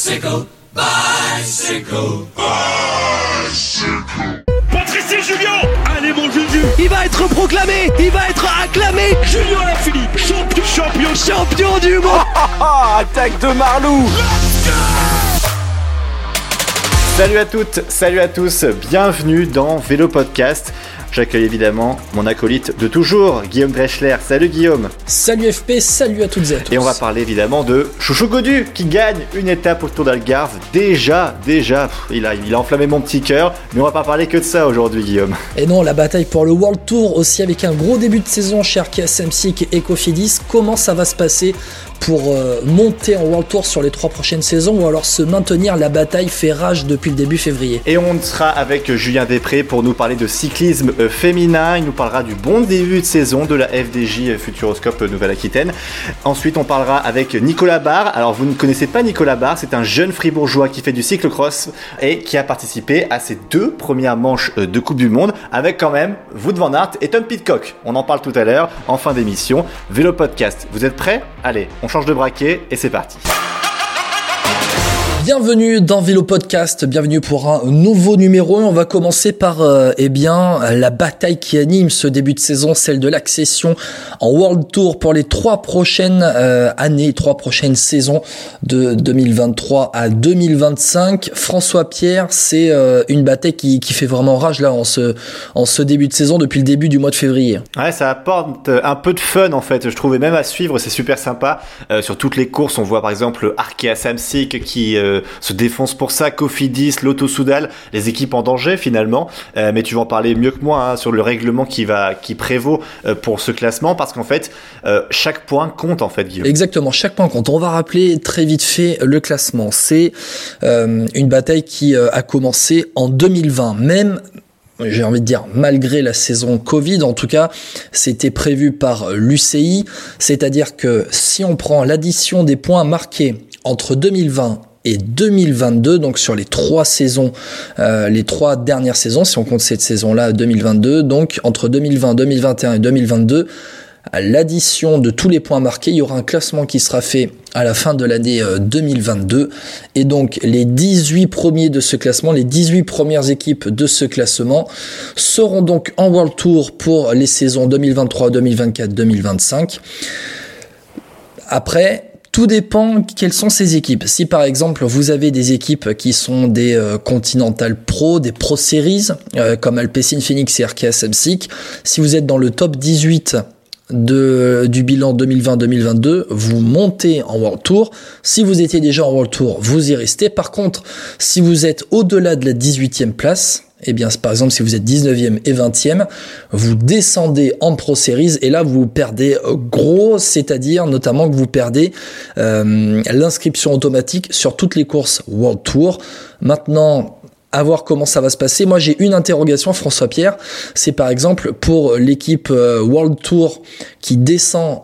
Bicycle, bicycle, bicycle. Patrice et Julien. Allez mon Juju. Il va être proclamé, il va être acclamé. Julien Alaphilippe, champion du monde. Attaque de Marlou. Salut à toutes, salut à tous, bienvenue dans Vélo Podcast. J'accueille évidemment mon acolyte de toujours, Guillaume Dreschler. Salut Guillaume. Salut FP, salut à toutes et à tous. Et on va parler évidemment de Chouchou Godu qui gagne une étape au Tour d'Algarve. Déjà, il a enflammé mon petit cœur, mais on va pas parler que de ça aujourd'hui Guillaume. Et non, la bataille pour le World Tour aussi avec un gros début de saison chez Arkea Samsic et Cofidis. Comment ça va se passer pour monter en World Tour sur les 3 prochaines saisons ou alors se maintenir? La bataille fait rage depuis le début février. Et on sera avec Julien Després pour nous parler de cyclisme féminin. Il nous parlera du bon début de saison de la FDJ Futuroscope Nouvelle-Aquitaine. Ensuite on parlera avec Nicolas Barre. Alors vous ne connaissez pas Nicolas Barre, c'est un jeune fribourgeois qui fait du cyclocross et qui a participé à ses 2 premières manches de Coupe du Monde avec quand même Wout van Aert et Tom Pidcock. On en parle tout à l'heure en fin d'émission. Vélo Podcast, vous êtes prêts? Allez, on change de braquet et c'est parti. Bienvenue dans Vélo Podcast, bienvenue pour un nouveau numéro. On va commencer par la bataille qui anime ce début de saison, celle de l'accession en World Tour pour les 3 prochaines années, 3 prochaines saisons de 2023 à 2025. François Pierre, c'est une bataille qui fait vraiment rage là en ce début de saison depuis le début du mois de février. Ouais, ça apporte un peu de fun en fait, je trouvais, même à suivre, c'est super sympa. Sur toutes les courses, on voit par exemple Arkea Samsic qui se défonce pour ça, Cofidis, Lotto Soudal, les équipes en danger finalement, mais tu vas en parler mieux que moi sur le règlement qui prévaut pour ce classement, parce qu'en fait chaque point compte en fait, Guillaume. Exactement, chaque point compte. On va rappeler très vite fait le classement. C'est une bataille qui a commencé en 2020, même j'ai envie de dire malgré la saison Covid. En tout cas, c'était prévu par l'UCI, c'est-à-dire que si on prend l'addition des points marqués entre 2020 et 2022, donc sur les 3 saisons, les 3 dernières saisons, si on compte cette saison-là 2022, donc entre 2020, 2021 et 2022, à l'addition de tous les points marqués, il y aura un classement qui sera fait à la fin de l'année 2022. Et donc, les 18 premiers de ce classement, les 18 premières équipes de ce classement seront donc en World Tour pour les saisons 2023, 2024, 2025. Après, tout dépend quelles sont ces équipes. Si par exemple vous avez des équipes qui sont des Continental Pro, des Pro Series, comme Alpecin Phoenix et Arkea Samsic, si vous êtes dans le top 18 du bilan 2020-2022, vous montez en World Tour. Si vous étiez déjà en World Tour, vous y restez. Par contre, si vous êtes au-delà de la 18e place, eh bien, par exemple, si vous êtes 19e et 20e, vous descendez en Pro Series et là, vous perdez gros, c'est-à-dire notamment que vous perdez l'inscription automatique sur toutes les courses World Tour. Maintenant, à voir comment ça va se passer. Moi, j'ai une interrogation, François Pierre. C'est par exemple pour l'équipe World Tour qui descend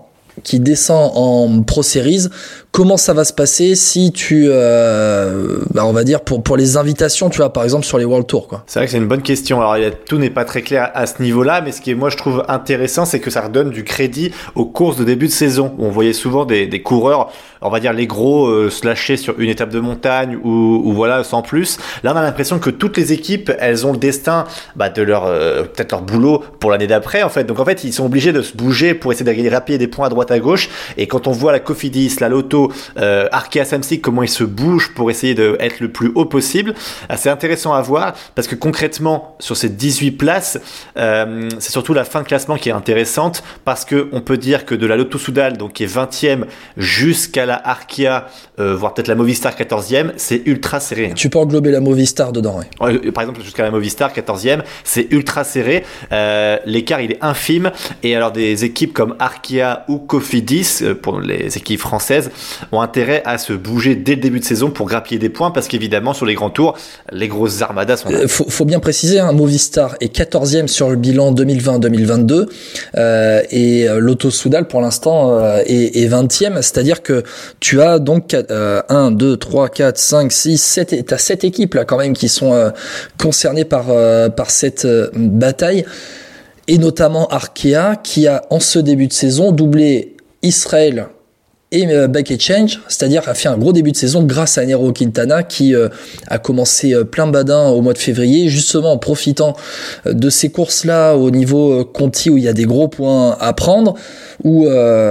en Pro Series. Comment ça va se passer si tu, on va dire pour les invitations, tu vois, par exemple sur les World Tour, quoi. C'est vrai que c'est une bonne question. Alors tout n'est pas très clair à ce niveau-là, mais ce qui est, moi je trouve intéressant, c'est que ça redonne du crédit aux courses de début de saison où on voyait souvent des coureurs, on va dire les gros, se lâcher sur une étape de montagne ou voilà, sans plus. Là, on a l'impression que toutes les équipes, elles ont le destin de leur peut-être leur boulot pour l'année d'après en fait. Donc en fait, ils sont obligés de se bouger pour essayer de grappiller des points à droite à gauche. Et quand on voit la Cofidis, la Lotto, Arkea Samsic, comment ils se bougent pour essayer d'être le plus haut possible, c'est intéressant à voir parce que concrètement sur ces 18 places, c'est surtout la fin de classement qui est intéressante, parce que on peut dire que de la Lotto Soudal, donc qui est 20e, jusqu'à la Arkea, voire peut-être la Movistar 14e, c'est ultra serré. Tu peux englober la Movistar dedans, oui. Par exemple, jusqu'à la Movistar 14e, c'est ultra serré. L'écart il est infime, et alors des équipes comme Arkea ou Cofidis, pour les équipes françaises, ont intérêt à se bouger dès le début de saison pour grappiller des points, parce qu'évidemment sur les grands tours, les grosses armadas sont là. Faut bien préciser, Movistar est 14e sur le bilan 2020-2022 et Lotto Soudal pour l'instant est 20e, c'est-à-dire que tu as donc 1, 2, 3, 4, 5, 6, 7, t'as 7 équipes là quand même qui sont concernées par cette bataille, et notamment Arkea qui a en ce début de saison doublé Israël et Back Exchange, c'est-à-dire a fait un gros début de saison grâce à Nairo Quintana qui a commencé plein badin au mois de février, justement en profitant de ces courses-là au niveau Conti où il y a des gros points à prendre, ou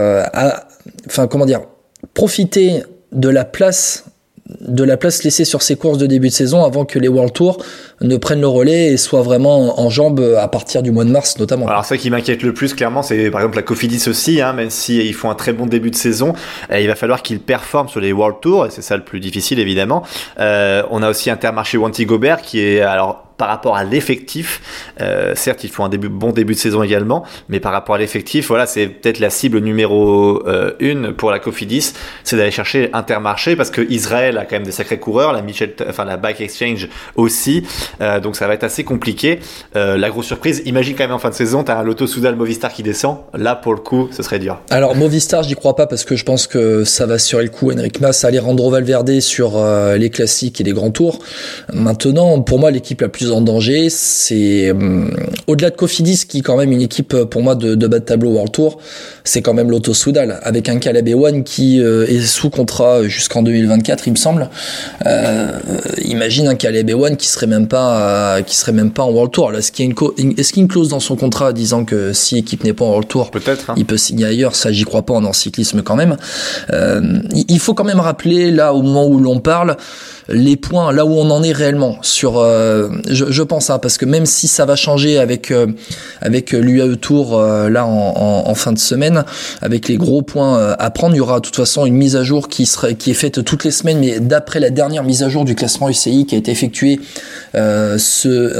profiter de la place laissée sur ces courses de début de saison avant que les World Tour ne prennent le relais et soient vraiment en jambes à partir du mois de mars notamment. Alors ça qui m'inquiète le plus clairement, c'est par exemple la Cofidis aussi, même si ils font un très bon début de saison, il va falloir qu'ils performent sur les World Tour, et c'est ça le plus difficile évidemment. On a aussi Intermarché Wanty Gobert qui est, alors par rapport à l'effectif, certes ils font un bon début de saison également, mais par rapport à l'effectif, voilà, c'est peut-être la cible numéro 1 pour la Cofidis, c'est d'aller chercher Intermarché, parce que Israël a quand même des sacrés coureurs, la Bike Exchange aussi, donc ça va être assez compliqué. La grosse surprise, imagine quand même en fin de saison, t'as un Lotto Soudal Movistar qui descend, là pour le coup ce serait dur. Alors Movistar j'y crois pas, parce que je pense que ça va assurer le coup Enric Mas, Alejandro Valverde sur les classiques et les grands tours. Maintenant pour moi l'équipe la plus en danger, c'est au-delà de Cofidis qui est quand même une équipe pour moi de bas de tableau World Tour, c'est quand même Lotto Soudal avec un Caleb Ewan qui est sous contrat jusqu'en 2024 il me semble. Imagine un Caleb Ewan qui serait même pas en World Tour. Là, est-ce qu'il y a une clause dans son contrat disant que si l'équipe n'est pas en World Tour, peut-être, il peut signer ailleurs? Ça j'y crois pas, en cyclisme quand même. Il faut quand même rappeler là au moment où l'on parle les points, là où on en est réellement sur je pense, parce que même si ça va changer avec l'UAE Tour là en fin de semaine, avec les gros points à prendre, il y aura de toute façon une mise à jour qui est faite toutes les semaines, mais d'après la dernière mise à jour du classement UCI qui a été effectuée ce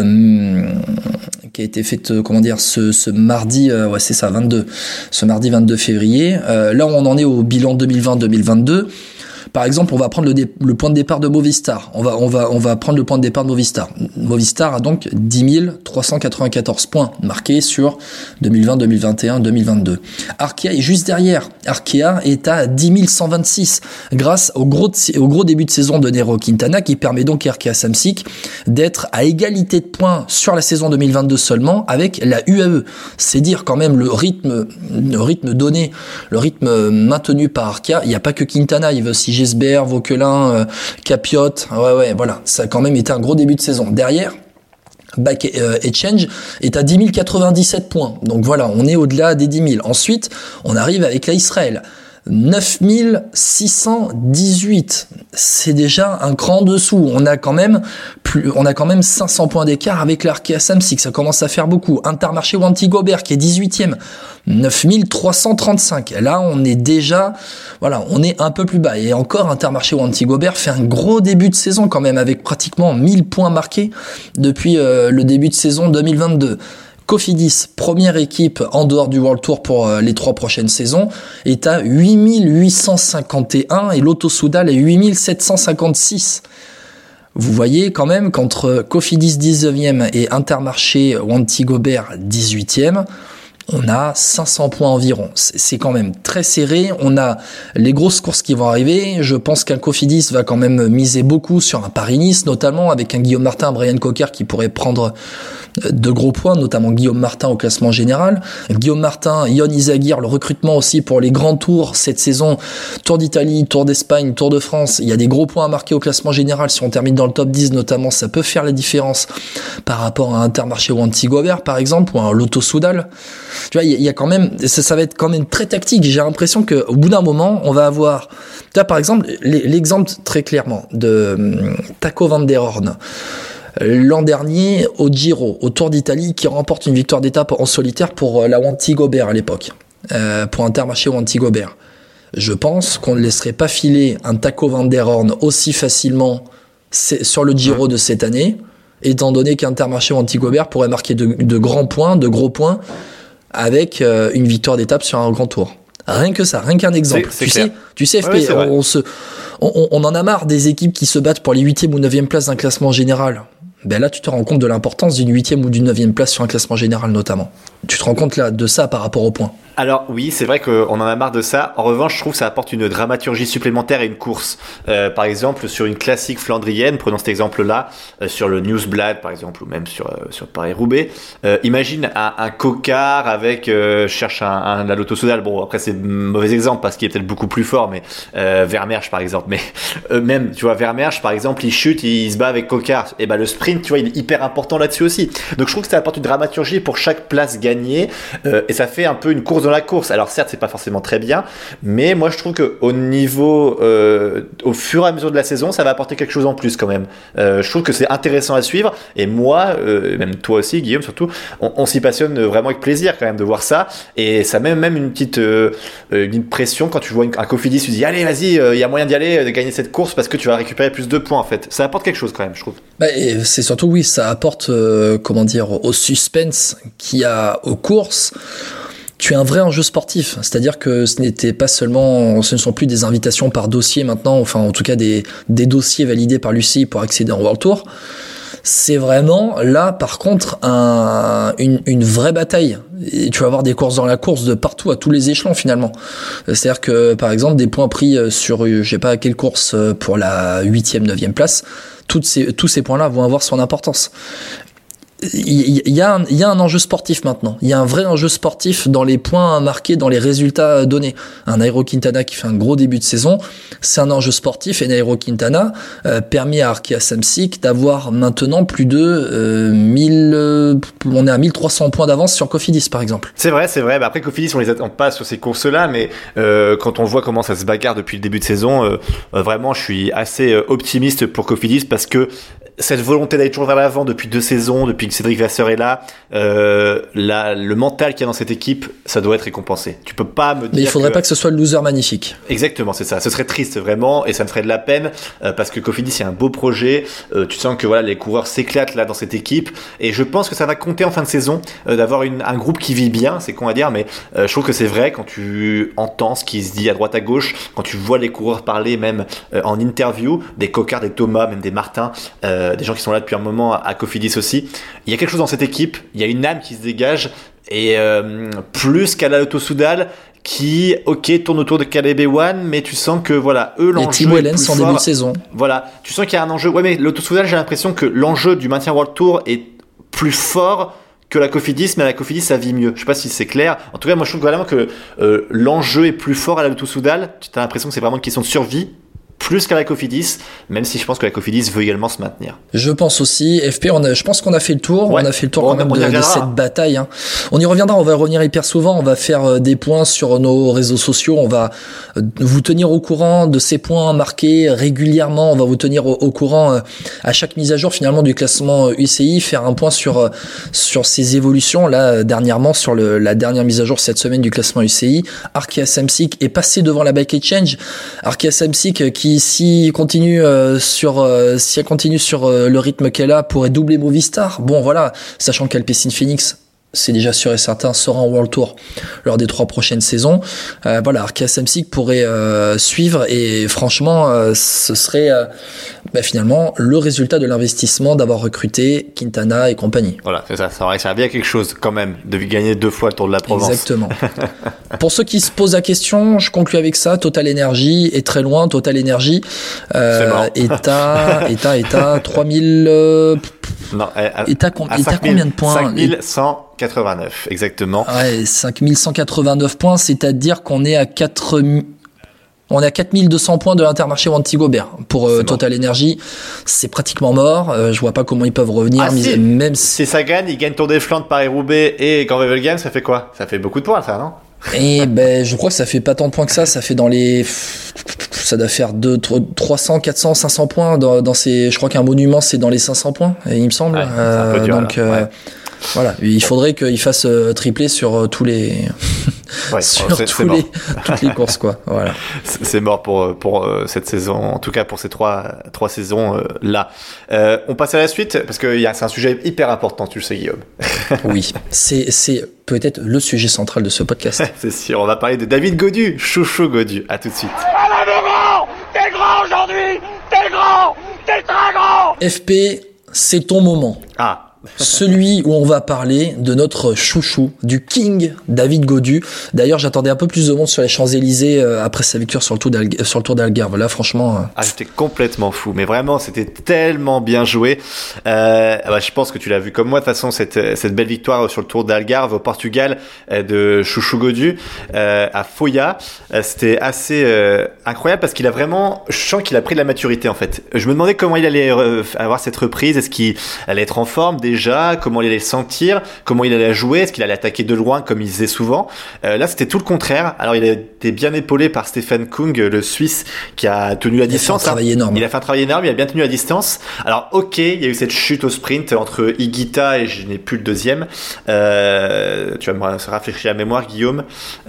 mardi, c'est ça, 22, ce mardi 22 février. Là où on en est au bilan 2020-2022. Par exemple, on va prendre le point de départ de Movistar. On va prendre le point de départ de Movistar. Movistar a donc 10 394 points marqués sur 2020, 2021, 2022. Arkea est juste derrière. Arkea est à 10 126 grâce au gros début de saison de Nairo Quintana qui permet donc à Arkea Samsic d'être à égalité de points sur la saison 2022 seulement avec la UAE. C'est dire quand même le rythme donné, le rythme maintenu par Arkea. Il n'y a pas que Quintana, il y a aussi Gisbert, Vauquelin, Capiot, voilà, ça a quand même été un gros début de saison. Derrière, Back Exchange est à 10 097 points, donc voilà, on est au-delà des 10 000. Ensuite, on arrive avec la Israël, 9 618, c'est déjà un cran en dessous. On a quand même 500 points d'écart avec l'Arkea Samsic, ça commence à faire beaucoup. Intermarché Wanty Gobert qui est 18e, 9 335. Là, on est déjà, on est un peu plus bas. Et encore, Intermarché Wanty Gobert fait un gros début de saison quand même, avec pratiquement 1000 points marqués depuis le début de saison 2022. Cofidis, première équipe en dehors du World Tour pour les 3 prochaines saisons, est à 8851 et Lotto Soudal est 8756. Vous voyez quand même qu'entre Cofidis 19e et Intermarché Wanty Gobert 18e, on a 500 points environ. C'est quand même très serré. On a les grosses courses qui vont arriver. Je pense qu'un Cofidis va quand même miser beaucoup sur un Paris-Nice, notamment avec un Guillaume Martin, un Brian Cocker qui pourrait prendre de gros points, notamment Guillaume Martin au classement général. Guillaume Martin, Ion Izagirre, le recrutement aussi pour les grands tours cette saison. Tour d'Italie, Tour d'Espagne, Tour de France. Il y a des gros points à marquer au classement général. Si on termine dans le top 10 notamment, ça peut faire la différence par rapport à un Intermarché Wanty Gobert par exemple, ou un Lotto Soudal. Tu vois, il y a quand même, ça va être quand même très tactique. J'ai l'impression qu'au bout d'un moment, on va avoir, tu vois, par exemple, l'exemple très clairement de Taco van der Horn. L'an dernier, au Giro, au Tour d'Italie, qui remporte une victoire d'étape en solitaire pour la Wanty Gobert à l'époque, pour Intermarché Wanty Gobert. Je pense qu'on ne laisserait pas filer un Taco van der Horn aussi facilement sur le Giro de cette année, étant donné qu'Intermarché Wanty Gobert pourrait marquer de grands points, de gros points, avec une victoire d'étape sur un grand tour. Rien que ça, rien qu'un exemple. Tu sais, FP, on en a marre des équipes qui se battent pour les 8e ou 9e places d'un classement général. Ben là, tu te rends compte de l'importance d'une 8e ou d'une 9e place sur un classement général, notamment. Tu te rends compte là de ça par rapport aux points. Alors oui, c'est vrai qu'on en a marre de ça. En revanche, je trouve que ça apporte une dramaturgie supplémentaire à une course. Par exemple, sur une classique flandrienne, prenons cet exemple-là, sur le Newsblad par exemple, ou même sur Paris-Roubaix. Imagine un cocard avec, cherche la Lotto Soudal. Bon, après c'est un mauvais exemple parce qu'il est peut-être beaucoup plus fort, mais Vermeersch par exemple. Mais même, tu vois, Vermeersch par exemple, il chute, il se bat avec cocard. Et ben le sprint, tu vois, il est hyper important là-dessus aussi. Donc je trouve que ça apporte une dramaturgie pour chaque place gagnée, et ça fait un peu une course dans la course. Alors certes, c'est pas forcément très bien, mais moi je trouve que au niveau, au fur et à mesure de la saison, ça va apporter quelque chose en plus quand même. Je trouve que c'est intéressant à suivre, et moi, même toi aussi, Guillaume surtout, on s'y passionne vraiment avec plaisir quand même de voir ça, et ça met même une petite pression quand tu vois un Cofidis, tu dis allez vas-y, il y a moyen d'y aller, de gagner cette course parce que tu vas récupérer plus de points en fait. Ça apporte quelque chose quand même, je trouve. Et c'est surtout oui, ça apporte au suspense qu'il y a aux courses. Tu as un vrai enjeu sportif, c'est-à-dire que ce ne sont plus des invitations par dossier maintenant, enfin en tout cas des dossiers validés par l'UCI pour accéder en World Tour. C'est vraiment là par contre une vraie bataille. Et tu vas avoir des courses dans la course de partout à tous les échelons finalement. C'est-à-dire que par exemple des points pris sur je sais pas quelle course pour la 8e, 9e place, tous ces points-là vont avoir son importance. Il y a un enjeu sportif maintenant. Il y a un vrai enjeu sportif dans les points marqués, dans les résultats donnés. Un Nairo Quintana qui fait un gros début de saison, c'est un enjeu sportif, et Nairo Quintana permet à Arkea Samsic d'avoir maintenant plus de 1000, on est à 1300 points d'avance sur Cofidis par exemple. C'est vrai. Bah après Cofidis, on les attend pas sur ces courses-là, mais quand on voit comment ça se bagarre depuis le début de saison, vraiment, je suis assez optimiste pour Cofidis parce que cette volonté d'aller toujours vers l'avant depuis 2 saisons, depuis que Cédric Vasseur est là, le mental qu'il y a dans cette équipe, ça doit être récompensé. Tu peux pas me dire. Mais il faudrait pas que ce soit le loser magnifique. Exactement, c'est ça. Ce serait triste vraiment, et ça me ferait de la peine parce que Cofidis, c'est un beau projet. Tu sens que voilà, les coureurs s'éclatent là dans cette équipe, et je pense que ça va compter en fin de saison d'avoir un groupe qui vit bien. C'est con à dire, mais je trouve que c'est vrai quand tu entends ce qui se dit à droite à gauche, quand tu vois les coureurs parler même en interview, des Coquards, des Thomas, même des Martin. Des gens qui sont là depuis un moment à Cofidis aussi. Il y a quelque chose dans cette équipe, il y a une âme qui se dégage, et plus qu'à la Lotto Soudal qui, tourne autour de Caleb Ewan, mais tu sens que voilà, eux, l'enjeu. Et Tim Wellens en début de saison. Voilà, tu sens qu'il y a un enjeu. Ouais, mais Lotto Soudal, j'ai l'impression que l'enjeu du maintien World Tour est plus fort que la Cofidis, mais à la Cofidis ça vit mieux. Je sais pas si c'est clair. En tout cas, moi je trouve vraiment que l'enjeu est plus fort à la Lotto Soudal. Tu as l'impression que c'est vraiment une question de survie, plus qu'à la Cofidis, même si je pense que la Cofidis veut également se maintenir. Je pense aussi. FP, je pense qu'on a fait le tour. Ouais. On a fait le tour quand même de cette bataille. Hein. On y reviendra. On va revenir hyper souvent. On va faire des points sur nos réseaux sociaux. On va vous tenir au courant de ces points marqués régulièrement. On va vous tenir au courant à chaque mise à jour finalement du classement UCI. Faire un point sur ces évolutions. Là, dernièrement, sur la dernière mise à jour cette semaine du classement UCI, Arkea Samsic est passé devant la Bike Exchange. Arkea Samsic qui si elle continue sur le rythme qu'elle a, pourrait doubler Movistar. Bon voilà, sachant qu'Alpecin Phoenix, c'est déjà sûr et certain, sera en World Tour lors des 3 prochaines saisons. Voilà, Arkea Samsic pourrait suivre, et franchement, ce serait finalement le résultat de l'investissement d'avoir recruté Quintana et compagnie. Voilà, c'est ça. Ça aurait servi à quelque chose quand même de gagner 2 fois le Tour de la Provence. Exactement. Pour ceux qui se posent la question, je conclue avec ça. Total Energy est très loin. Total Energy est à 3000. Non, est à combien de points? 5189, exactement. Ouais, 5189 points, c'est-à-dire qu'on est à 4200 points de l'Intermarché Wanty-Gobert pour Total Energy. C'est pratiquement mort. Je vois pas comment ils peuvent revenir. Même si ça gagne, ils gagnent Tour des Flandres, Paris-Roubaix et Grand Wevelgem, ça fait quoi? Ça fait beaucoup de points, ça, non? Et je crois que ça fait pas tant de points que ça. Ça fait ça doit faire 300, 400, 500 points dans ces. Je crois qu'un monument c'est dans les 500 points, il me semble. Ouais, c'est un peu dur, donc voilà, il faudrait qu'il fasse tripler sur tous les. Ouais, toutes les courses quoi. Voilà. C'est mort pour cette saison, en tout cas pour ces trois saisons là. On passe à la suite parce que c'est un sujet hyper important, tu le sais Guillaume. Oui, c'est peut-être le sujet central de ce podcast. C'est sûr, on va parler de David Gaudu, Chouchou Gaudu. À tout de suite. Allez mon grand, t'es grand aujourd'hui, t'es grand, t'es très grand. FP, c'est ton moment. Ah. celui où on va parler de notre chouchou, du King David Gaudu. D'ailleurs, j'attendais un peu plus de monde sur les Champs-Élysées après sa victoire sur le Tour d'Algarve. Là, franchement... j'étais complètement fou, mais vraiment, c'était tellement bien joué. Je pense que tu l'as vu comme moi, de toute façon, cette belle victoire sur le Tour d'Algarve au Portugal de Chouchou Gaudu à Foya. C'était assez incroyable parce qu'il a vraiment... Je sens qu'il a pris de la maturité, en fait. Je me demandais comment il allait avoir cette reprise. Est-ce qu'il allait être en forme déjà, comment il allait le sentir, comment il allait jouer, est-ce qu'il allait attaquer de loin comme il faisait souvent. Là, c'était tout le contraire. Alors, il a été bien épaulé par Stefan Kung, le Suisse, qui a tenu la distance. Il a fait un travail énorme. Il a fait un travail énorme, il a bien tenu la distance. Alors, ok, il y a eu cette chute au sprint entre Higuita et je n'ai plus le deuxième. Tu vas me rafraîchir la mémoire, Guillaume.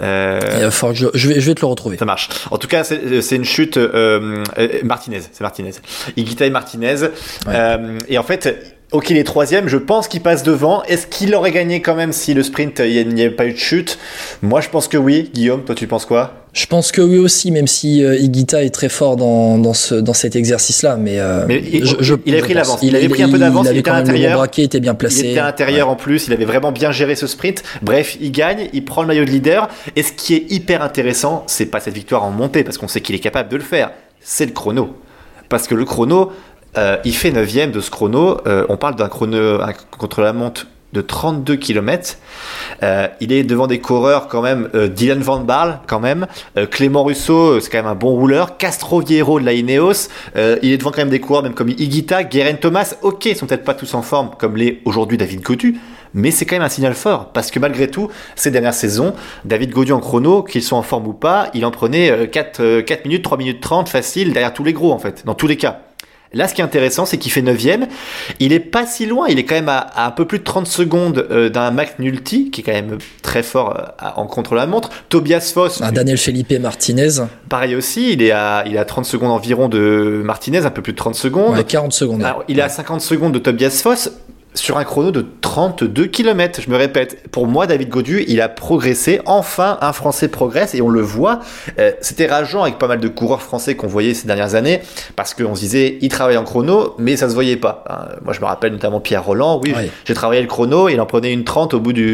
Je vais te le retrouver. Ça marche. En tout cas, c'est une chute Martinez. C'est Martinez. Higuita et Martinez. Ouais. Et en fait... Ok, il est troisième, je pense qu'il passe devant. Est-ce qu'il aurait gagné quand même si le sprint, il n'y avait pas eu de chute ? Moi, je pense que oui. Guillaume, toi, tu penses quoi ? Je pense que oui aussi, même si Higuita est très fort dans cet exercice-là. Mais il avait pris l'avance. Il avait pris un peu d'avance. Il était à l'intérieur. Le braquet était bien placé. Il était à l'intérieur en plus. Il avait vraiment bien géré ce sprint. Bref, il gagne. Il prend le maillot de leader. Et ce qui est hyper intéressant, c'est pas cette victoire en montée, parce qu'on sait qu'il est capable de le faire. C'est le chrono. Parce que le chrono... il fait 9e de ce chrono. On parle d'un chrono contre la montre de 32 km. Il est devant des coureurs quand même. Dylan Van Baarle quand même. Clément Russo, c'est quand même un bon rouleur. Castro Vieiro de la Ineos. Il est devant quand même des coureurs même comme Higuita, Geraint Thomas. Ok, ils sont peut-être pas tous en forme comme l'est aujourd'hui David Gaudu. Mais c'est quand même un signal fort, parce que malgré tout, ces dernières saisons, David Gaudu en chrono, qu'ils soient en forme ou pas, il en prenait 4 minutes, 3 minutes 30 facile derrière tous les gros en fait, dans tous les cas. Là, ce qui est intéressant, c'est qu'il fait 9e. Il est pas si loin. Il est quand même à un peu plus de 30 secondes d'un McNulty, qui est quand même très fort en contre-la-montre. Tobias Foss. Daniel Felipe Martinez. Pareil aussi. Il est à 30 secondes environ de Martinez, un peu plus de 30 secondes. Ouais, 40 secondes. Alors, il est à 50 secondes de Tobias Foss. Sur un chrono de 32 km, je me répète. Pour moi, David Gaudu, il a progressé. Enfin, un Français progresse et on le voit. C'était rageant avec pas mal de coureurs français qu'on voyait ces dernières années parce qu'on se disait, il travaille en chrono, mais ça se voyait pas. Moi, je me rappelle notamment Pierre Rolland. Oui, j'ai travaillé le chrono et il en prenait une 30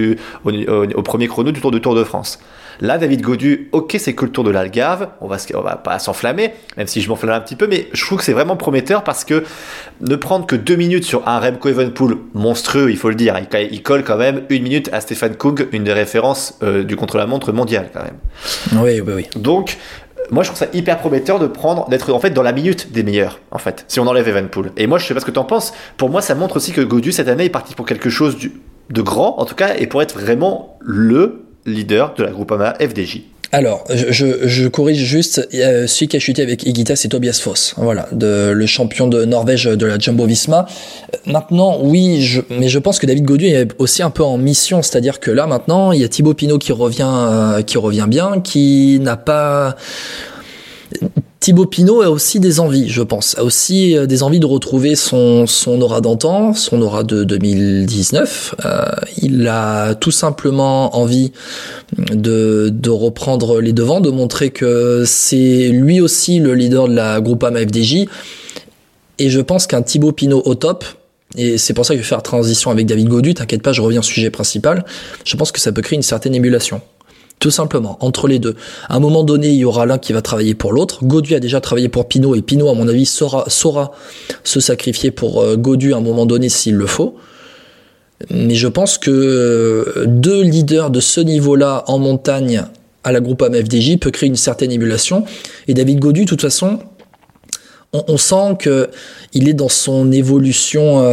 au premier chrono du Tour de France. Là, David Gaudu, ok, c'est que le Tour de l'Algarve, on va pas s'enflammer, même si je m'enflamme un petit peu, mais je trouve que c'est vraiment prometteur parce que ne prendre que 2 minutes sur un Remco Evenepoel monstrueux, il faut le dire, il colle quand même 1 minute à Stefan Kung, une des références du contre-la-montre mondial quand même. Oui. Donc, moi, je trouve ça hyper prometteur d'être en fait dans la minute des meilleurs, en fait, si on enlève Evenepoel. Et moi, je sais pas ce que t'en penses. Pour moi, ça montre aussi que Gaudu cette année est parti pour quelque chose de grand, en tout cas, et pour être vraiment le leader de la Groupama FDJ. Alors, je corrige juste, celui qui a chuté avec Higuita, c'est Tobias Foss, voilà, le champion de Norvège de la Jumbo-Visma. Maintenant, oui, mais je pense que David Gaudu est aussi un peu en mission, c'est-à-dire que là, maintenant, il y a Thibaut Pinot qui revient bien, qui n'a pas... Thibaut Pinot a aussi des envies, je pense, a aussi des envies de retrouver son aura d'antan, son aura de 2019. Il a tout simplement envie de reprendre les devants, de montrer que c'est lui aussi le leader de la Groupama FDJ. Et je pense qu'un Thibaut Pinot au top, et c'est pour ça que je vais faire transition avec David Gaudu, t'inquiète pas, je reviens au sujet principal, je pense que ça peut créer une certaine émulation. Tout simplement, entre les deux. À un moment donné, il y aura l'un qui va travailler pour l'autre. Gaudu a déjà travaillé pour Pinot et Pinot, à mon avis, saura se sacrifier pour Gaudu à un moment donné s'il le faut. Mais je pense que 2 leaders de ce niveau-là en montagne à la Groupama FDJ peut créer une certaine émulation. Et David Gaudu, de toute façon, on sent que il est dans son évolution,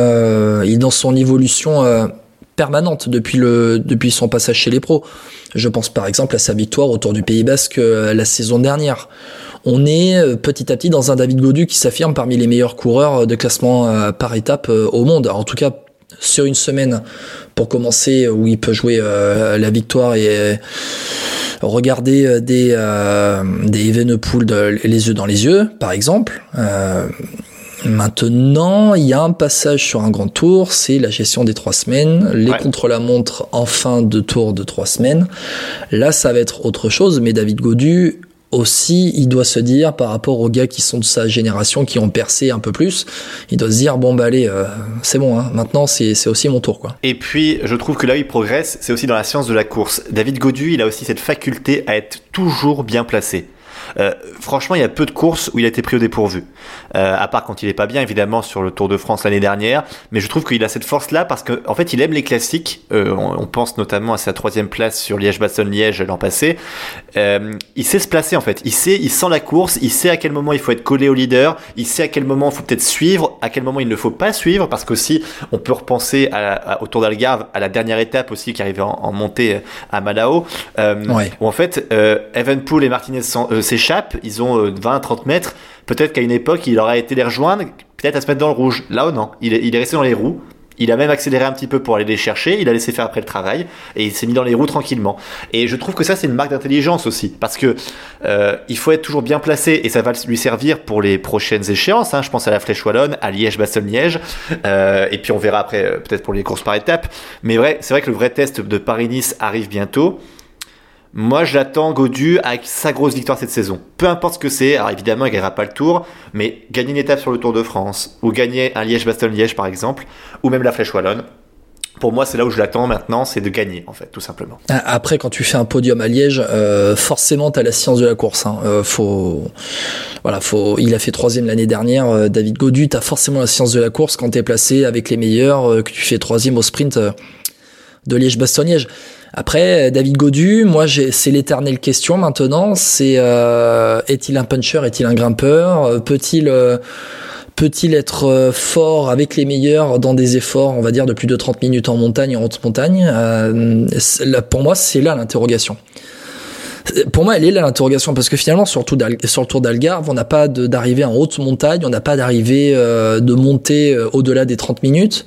permanente depuis son passage chez les pros. Je pense par exemple à sa victoire au Tour du Pays Basque la saison dernière. On est petit à petit dans un David Gaudu qui s'affirme parmi les meilleurs coureurs de classement par étape au monde. En tout cas, sur une semaine pour commencer où il peut jouer la victoire et regarder des Evenepoel les yeux dans les yeux, par exemple. Maintenant, il y a un passage sur un grand tour, c'est la gestion des 3 semaines, les contre-la-montre en fin de tour de 3 semaines. Là, ça va être autre chose, mais David Gaudu, aussi, il doit se dire, par rapport aux gars qui sont de sa génération, qui ont percé un peu plus, il doit se dire, bon, bah allez, c'est bon, hein, maintenant c'est aussi mon tour, quoi. Et puis, je trouve que là où il progresse, c'est aussi dans la science de la course. David Gaudu, il a aussi cette faculté à être toujours bien placé. Franchement, il y a peu de courses où il a été pris au dépourvu. À part quand il est pas bien, évidemment, sur le Tour de France l'année dernière. Mais je trouve qu'il a cette force-là parce qu'en fait, il aime les classiques. On pense notamment à sa 3e place sur Liège-Bastogne-Liège l'an passé. Il sait se placer, en fait. Il sent la course. Il sait à quel moment il faut être collé au leader. Il sait à quel moment il faut peut-être suivre, à quel moment il ne faut pas suivre. Parce qu'aussi, on peut repenser au Tour d'Algarve, à la dernière étape aussi qui arrivait en montée à Malao. Où en fait, Evenepoel et Martinez s'échappent, ils ont 20-30 mètres, peut-être qu'à une époque il aurait été les rejoindre, peut-être à se mettre dans le rouge. Là non, il est resté dans les roues, il a même accéléré un petit peu pour aller les chercher, il a laissé faire après le travail et il s'est mis dans les roues tranquillement. Et je trouve que ça c'est une marque d'intelligence aussi, parce que il faut être toujours bien placé et ça va lui servir pour les prochaines échéances, hein. Je pense à la Flèche Wallonne, à Liège-Bastogne-Liège, et puis on verra après peut-être pour les courses par étapes. Mais c'est vrai que le vrai test de Paris-Nice arrive bientôt. Moi, je l'attends, Gaudu, avec sa grosse victoire cette saison. Peu importe ce que c'est, alors évidemment, il ne gagnera pas le Tour, mais gagner une étape sur le Tour de France, ou gagner un Liège-Bastogne-Liège, par exemple, ou même la Flèche Wallonne, pour moi, c'est là où je l'attends maintenant, c'est de gagner, en fait, tout simplement. Après, quand tu fais un podium à Liège, forcément, t'as la science de la course, hein. Il a fait 3e l'année dernière, David Gaudu, t'as forcément la science de la course quand t'es placé avec les meilleurs, que tu fais 3e au sprint de Liège-Bastogne-Liège. Après, David Gaudu, moi, c'est l'éternelle question maintenant, c'est est-il un puncher, est-il un grimpeur, peut-il être fort avec les meilleurs dans des efforts, on va dire, de plus de 30 minutes en montagne, en haute montagne. Pour moi, c'est là l'interrogation. Pour moi, elle est là l'interrogation, parce que finalement, sur le Tour d'Algarve, on n'a pas d'arrivée en haute montagne, on n'a pas d'arrivée de montée au-delà des 30 minutes.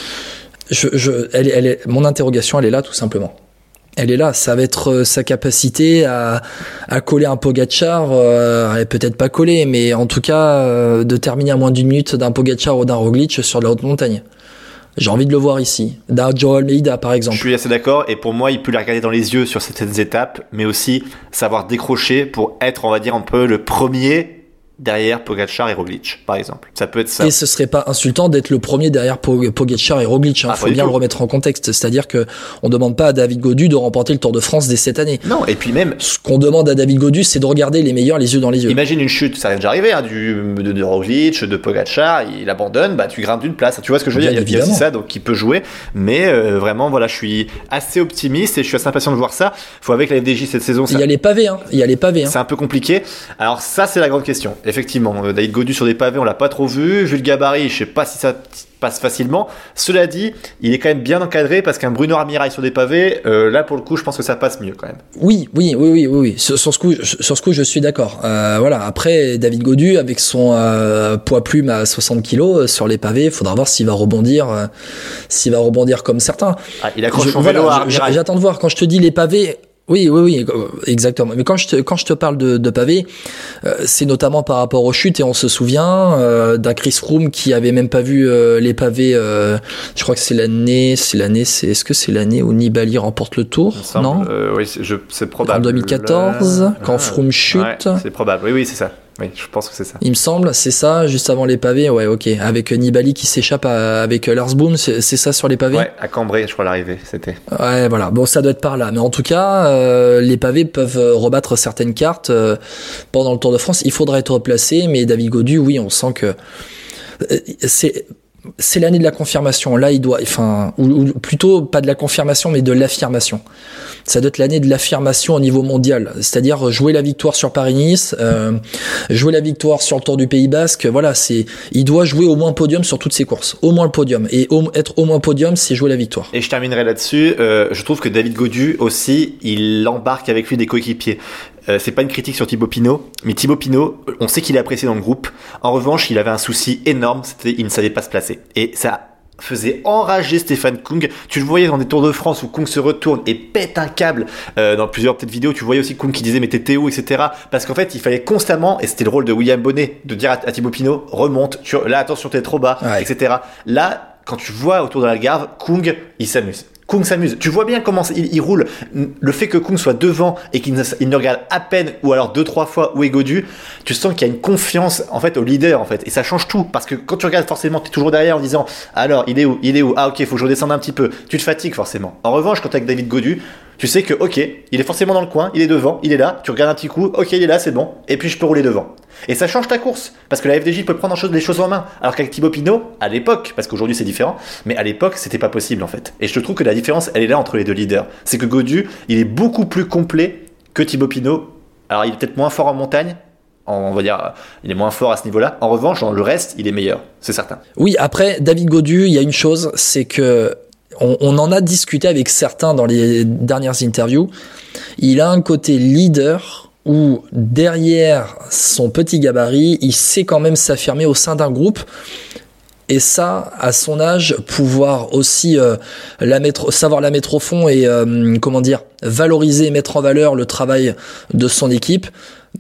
Mon interrogation, elle est là, tout simplement. Elle est là, ça va être sa capacité à coller un Pogačar, peut-être pas coller, mais en tout cas de terminer à moins d'une minute d'un Pogačar ou d'un Roglic sur de la haute montagne. J'ai envie de le voir ici, d'un Joao Almeida par exemple. Je suis assez d'accord, et pour moi il peut les regarder dans les yeux sur certaines étapes, mais aussi savoir décrocher pour être, on va dire, un peu le premier derrière Pogačar et Roglic, par exemple. Ça peut être ça. Et ce serait pas insultant d'être le premier derrière Pogačar et Roglic, hein. Faut bien le remettre en contexte. C'est-à-dire que on demande pas à David Gaudu de remporter le Tour de France dès cette année. Non, et puis même, ce qu'on demande à David Gaudu, c'est de regarder les meilleurs les yeux dans les yeux. Imagine une chute, ça vient déjà arriver, hein, de Roglic, de Pogačar, il abandonne, bah tu grimpes d'une place. Tu vois ce que je veux dire? Il y a aussi ça, donc il peut jouer. Mais vraiment, voilà, je suis assez optimiste et je suis assez impatient de voir ça. Faut avec la FDJ cette saison. Il y a les pavés, hein. C'est un peu compliqué. Alors ça, c'est la grande question. Effectivement, David Gaudu sur des pavés, on l'a pas trop vu. Vu le gabarit, je sais pas si ça passe facilement. Cela dit, il est quand même bien encadré, parce qu'un Bruno Armirail sur des pavés, là pour le coup, je pense que ça passe mieux quand même. Oui. Sur ce coup, je suis d'accord. Voilà. Après, David Gaudu, avec son poids plume à 60 kg sur les pavés, il faudra voir s'il va rebondir comme certains. Il accroche son vélo à Armirail. J'attends de voir. Quand je te dis les pavés. Oui, exactement. Mais quand je te parle de pavés, c'est notamment par rapport aux chutes, et on se souvient d'un Chris Froome qui avait même pas vu les pavés. Je crois que est-ce que c'est l'année où Nibali remporte le Tour? Non. Oui, c'est probable. En 2014, quand Froome chute. Ouais, c'est probable. Oui, c'est ça. Oui, je pense que c'est ça. Il me semble, c'est ça, juste avant les pavés. Ouais, ok. Avec Nibali qui s'échappe avec Lars Boom, c'est ça sur les pavés? Ouais, à Cambrai, je crois, l'arrivée, c'était. Ouais, voilà. Bon, ça doit être par là. Mais en tout cas, les pavés peuvent rebattre certaines cartes pendant le Tour de France. Il faudra être placé, mais David Gaudu, oui, on sent que c'est l'année de la confirmation. Là, il doit, ou plutôt pas de la confirmation, mais de l'affirmation. Ça doit être l'année de l'affirmation au niveau mondial. C'est-à-dire jouer la victoire sur Paris-Nice, jouer la victoire sur le Tour du Pays Basque. Voilà, il doit jouer au moins podium sur toutes ses courses. Au moins le podium. Et être au moins podium, c'est jouer la victoire. Et je terminerai là-dessus. Je trouve que David Gaudu aussi, il embarque avec lui des coéquipiers. C'est pas une critique sur Thibaut Pinot, mais Thibaut Pinot, on sait qu'il est apprécié dans le groupe. En revanche, il avait un souci énorme, c'était il ne savait pas se placer. Et ça faisait enrager Stefan Kung. Tu le voyais dans des Tours de France où Kung se retourne et pète un câble. Dans plusieurs peut-être vidéos, tu voyais aussi Kung qui disait mais t'étais où, etc. Parce qu'en fait, il fallait constamment, et c'était le rôle de William Bonnet, de dire à Thibaut Pinot, remonte, là attention t'es trop bas, ouais. etc. Là, quand tu vois autour de l'Algarve, Kung, il s'amuse. Kung s'amuse. Tu vois bien comment il roule. Le fait que Kung soit devant et qu'il ne regarde à peine ou alors 2-3 fois où est Gaudu, tu sens qu'il y a une confiance en fait au leader en fait. Et ça change tout parce que quand tu regardes forcément, tu es toujours derrière en disant alors il est où? Ah ok, faut que je redescende un petit peu. Tu te fatigues forcément. En revanche, quand tu es avec David Gaudu, tu sais que ok, il est forcément dans le coin, il est devant, il est là, tu regardes un petit coup, ok il est là, c'est bon, et puis je peux rouler devant. Et ça change ta course, parce que la FDJ peut prendre les choses en main, alors qu'avec Thibaut Pinot, à l'époque, parce qu'aujourd'hui c'est différent, mais à l'époque c'était pas possible en fait. Et je trouve que la différence elle est là entre les deux leaders. C'est que Gaudu, il est beaucoup plus complet que Thibaut Pinot. Alors il est peut-être moins fort en montagne, on va dire, il est moins fort à ce niveau-là. En revanche, dans le reste, il est meilleur, c'est certain. Oui, après, David Gaudu, il y a une chose, c'est que on en a discuté avec certains dans les dernières interviews. Il a un côté leader où derrière son petit gabarit, il sait quand même s'affirmer au sein d'un groupe. Et ça, à son âge, pouvoir aussi savoir la mettre au fond et valoriser et mettre en valeur le travail de son équipe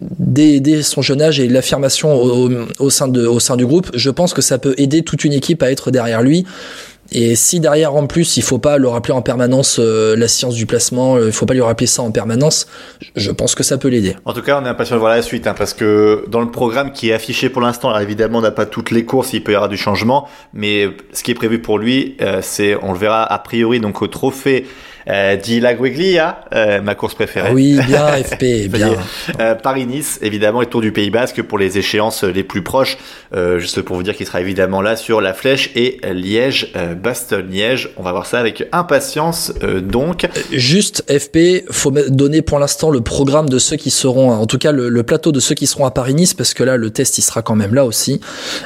dès son jeune âge et l'affirmation au sein du groupe, je pense que ça peut aider toute une équipe à être derrière lui. Et si derrière en plus il faut pas le rappeler en permanence la science du placement, il faut pas lui rappeler ça en permanence, je pense que ça peut l'aider. En tout cas on est impatient de voir la suite parce que dans le programme qui est affiché pour l'instant, alors évidemment on n'a pas toutes les courses, il peut y avoir du changement, mais ce qui est prévu pour lui on le verra a priori donc au trophée di Lagueglia, ma course préférée. Oui, bien FP, bien. Paris-Nice, évidemment, et Tour du Pays Basque pour les échéances les plus proches. Juste pour vous dire qu'il sera évidemment là sur La Flèche et Liège, Bastogne-Liège. On va voir ça avec impatience, donc. Juste FP, faut donner pour l'instant le programme de ceux qui seront, en tout cas le plateau de ceux qui seront à Paris-Nice, parce que là le test il sera quand même là aussi.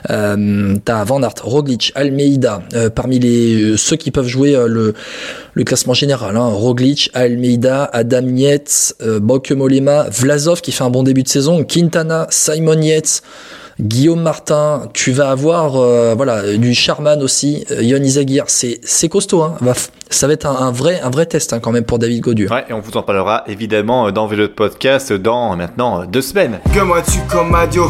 T'as Van Aert, Roglic, Almeida, parmi ceux qui peuvent jouer le classement général. Roglic, Almeida, Adam Yates, Bauke Mollema, Vlasov qui fait un bon début de saison, Quintana, Simon Yates, Guillaume Martin, tu vas avoir du Charman aussi, Yon Izagirre, c'est costaud, hein. Ça va être un vrai test quand même pour David Gaudu. Ouais, et on vous en parlera évidemment dans Vélo de Podcast dans maintenant 2 semaines. Que moi tu comme Adio,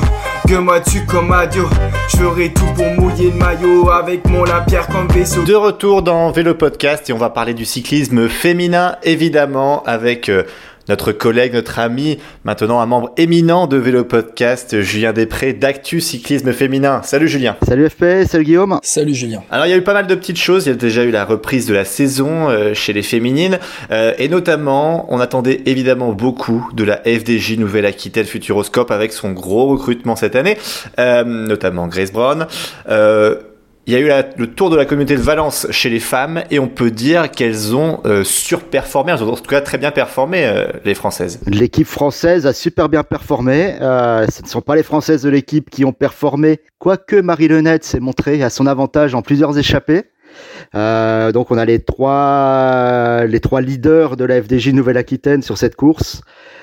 je ferai tout pour mouiller le maillot avec mon lapierre comme vaisseau. De retour dans Vélo Podcast et on va parler du cyclisme féminin évidemment avec notre collègue, notre ami, maintenant un membre éminent de Vélo Podcast, Julien Després d'Actu Cyclisme Féminin. Salut Julien. Salut FP, salut Guillaume. Salut Julien. Alors il y a eu pas mal de petites choses, il y a déjà eu la reprise de la saison chez les féminines et notamment on attendait évidemment beaucoup de la FDJ Nouvelle-Aquitaine Futuroscope avec son gros recrutement cette année, notamment Grace Brown. Il y a eu le Tour de la Communauté de Valence chez les femmes et on peut dire qu'elles ont surperformé, elles ont en tout cas très bien performé les Françaises. L'équipe française a super bien performé, ce ne sont pas les Françaises de l'équipe qui ont performé, quoique Marie Lenette s'est montrée à son avantage en plusieurs échappées. Donc on a les trois leaders de la FDJ Nouvelle-Aquitaine sur cette course.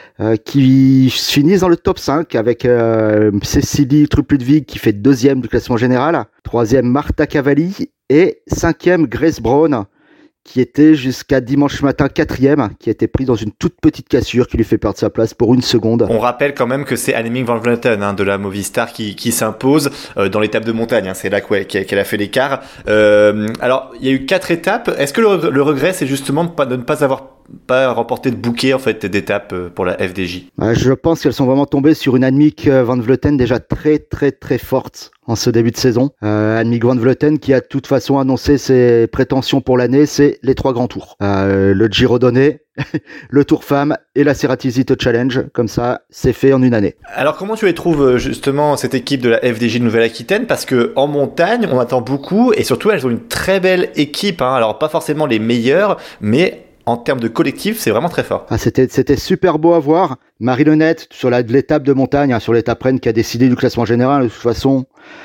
Qui finissent dans le top 5 avec Cécilie Trupp-Ludwig qui fait 2e du classement général, 3e Marta Cavalli et 5e Grace Brown qui était jusqu'à dimanche matin 4e, qui a été pris dans une toute petite cassure qui lui fait perdre sa place pour 1 seconde. On rappelle quand même que c'est Annemiek van Vleuten de la Movistar qui s'impose dans l'étape de montagne, c'est là qu'elle a fait l'écart. Alors il y a eu 4 étapes, est-ce que le regret c'est justement de ne pas avoir remporté de bouquet en fait d'étapes pour la FDJ? Je pense qu'elles sont vraiment tombées sur une Annemiek van Vleuten déjà très très très forte en ce début de saison. Annemiek van Vleuten qui a de toute façon annoncé ses prétentions pour l'année, c'est les 3 grands tours. Le Giro Donné, le Tour Femmes et la Ceratizito Challenge. Comme ça, c'est fait en une année. Alors comment tu les trouves justement cette équipe de la FDJ Nouvelle-Aquitaine? Parce que en montagne, on attend beaucoup et surtout elles ont une très belle équipe. Alors pas forcément les meilleures, mais en termes de collectif, c'est vraiment très fort. C'était super beau à voir. Marie Lenette, sur l'étape de montagne, sur l'étape Rennes, qui a décidé du classement général, de toute façon,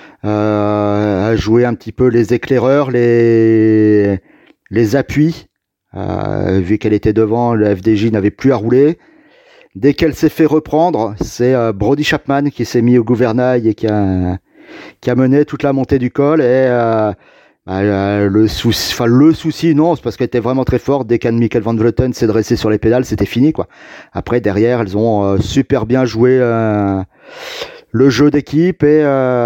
a joué un petit peu les éclaireurs, les appuis. Vu qu'elle était devant, le FDJ n'avait plus à rouler. Dès qu'elle s'est fait reprendre, c'est Brody Chapman qui s'est mis au gouvernail et qui a mené toute la montée du col. Et le souci, non, c'est parce qu'elle était vraiment très forte. Dès qu'Annemiek van Vleuten s'est dressée sur les pédales, c'était fini, quoi. Après, derrière, elles ont super bien joué le jeu d'équipe et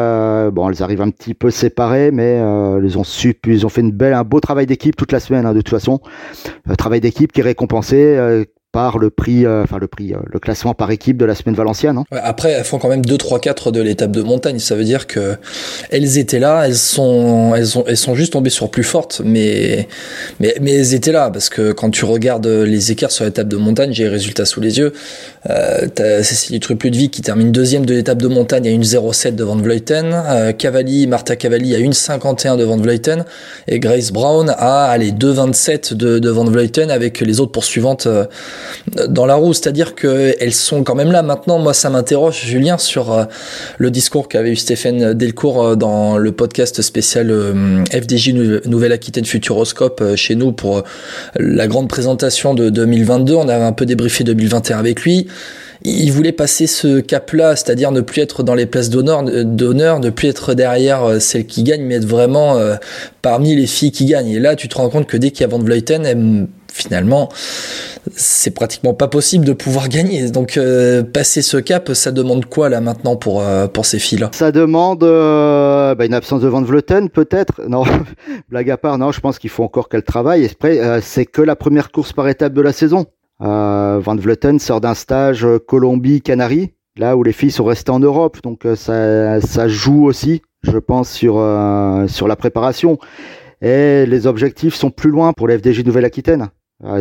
elles arrivent un petit peu séparées, mais ils ont fait un beau travail d'équipe toute la semaine, de toute façon. Travail d'équipe qui est récompensé par le classement par équipe de la semaine valencienne. Hein. Ouais, après, elles font quand même 2, 3, 4 de l'étape de montagne. Ça veut dire que elles étaient là, elles sont juste tombées sur plus fortes, mais elles étaient là, parce que quand tu regardes les écarts sur l'étape de montagne, j'ai les résultats sous les yeux. T'as Cécilie Trupp-Ludwig qui termine 2e de l'étape de montagne à 1,07 de Van Vleuten, Marta Cavalli à 1,51 de Van Vleuten, et Grace Brown à 2,27 de Van Vleuten, avec les autres poursuivantes dans la roue. C'est-à-dire que elles sont quand même là. Maintenant, moi, ça m'interroge, Julien, sur le discours qu'avait eu Stéphane Delcourt dans le podcast spécial FDJ Nouvelle-Aquitaine Futuroscope chez nous pour la grande présentation de 2022. On avait un peu débriefé 2021 avec lui. Il voulait passer ce cap-là, c'est-à-dire ne plus être dans les places d'honneur, ne plus être derrière celles qui gagnent, mais être vraiment parmi les filles qui gagnent. Et là, tu te rends compte que dès qu'il y a Van Vleuten, finalement, c'est pratiquement pas possible de pouvoir gagner. Donc, passer ce cap, ça demande quoi là maintenant pour ces filles-là ? Ça demande une absence de Van Vleuten, peut-être. Non, blague à part, non, je pense qu'il faut encore qu'elle travaille. Et après, c'est que la première course par étape de la saison. Van Vleuten sort d'un stage Colombie-Canaries, là où les filles sont restées en Europe, donc ça joue aussi, je pense, sur la préparation. Et les objectifs sont plus loin pour les FDJ Nouvelle-Aquitaine.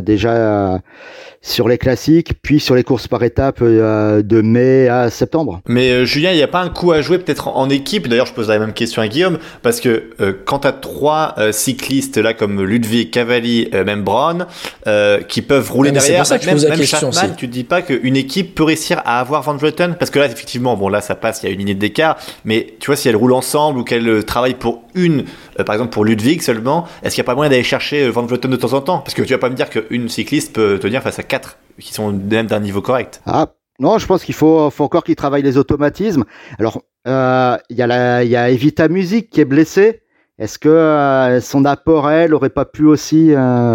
Déjà sur les classiques, puis sur les courses par étapes de mai à septembre. Mais Julien, il n'y a pas un coup à jouer peut-être en équipe? D'ailleurs, je pose la même question à Guillaume, parce que quand tu as 3 cyclistes là comme Ludwig, Cavalli, même Brown, qui peuvent rouler derrière, même Chapman, tu te dis pas qu'une équipe peut réussir à avoir Van Vleuten? Parce que là, effectivement, bon là ça passe, il y a une ligne d'écart, mais tu vois, si elles roulent ensemble ou qu'elles travaillent pour par exemple pour Ludwig seulement, est-ce qu'il n'y a pas moyen d'aller chercher Van Vleuten de temps en temps? Parce que tu vas pas me dire qu'une cycliste peut tenir face à 4 qui sont même d'un niveau correct. Ah non, je pense qu'il faut encore qu'il travaille les automatismes. Alors il y a Evita Music qui est blessée. Est-ce que son apport, elle, aurait pas pu aussi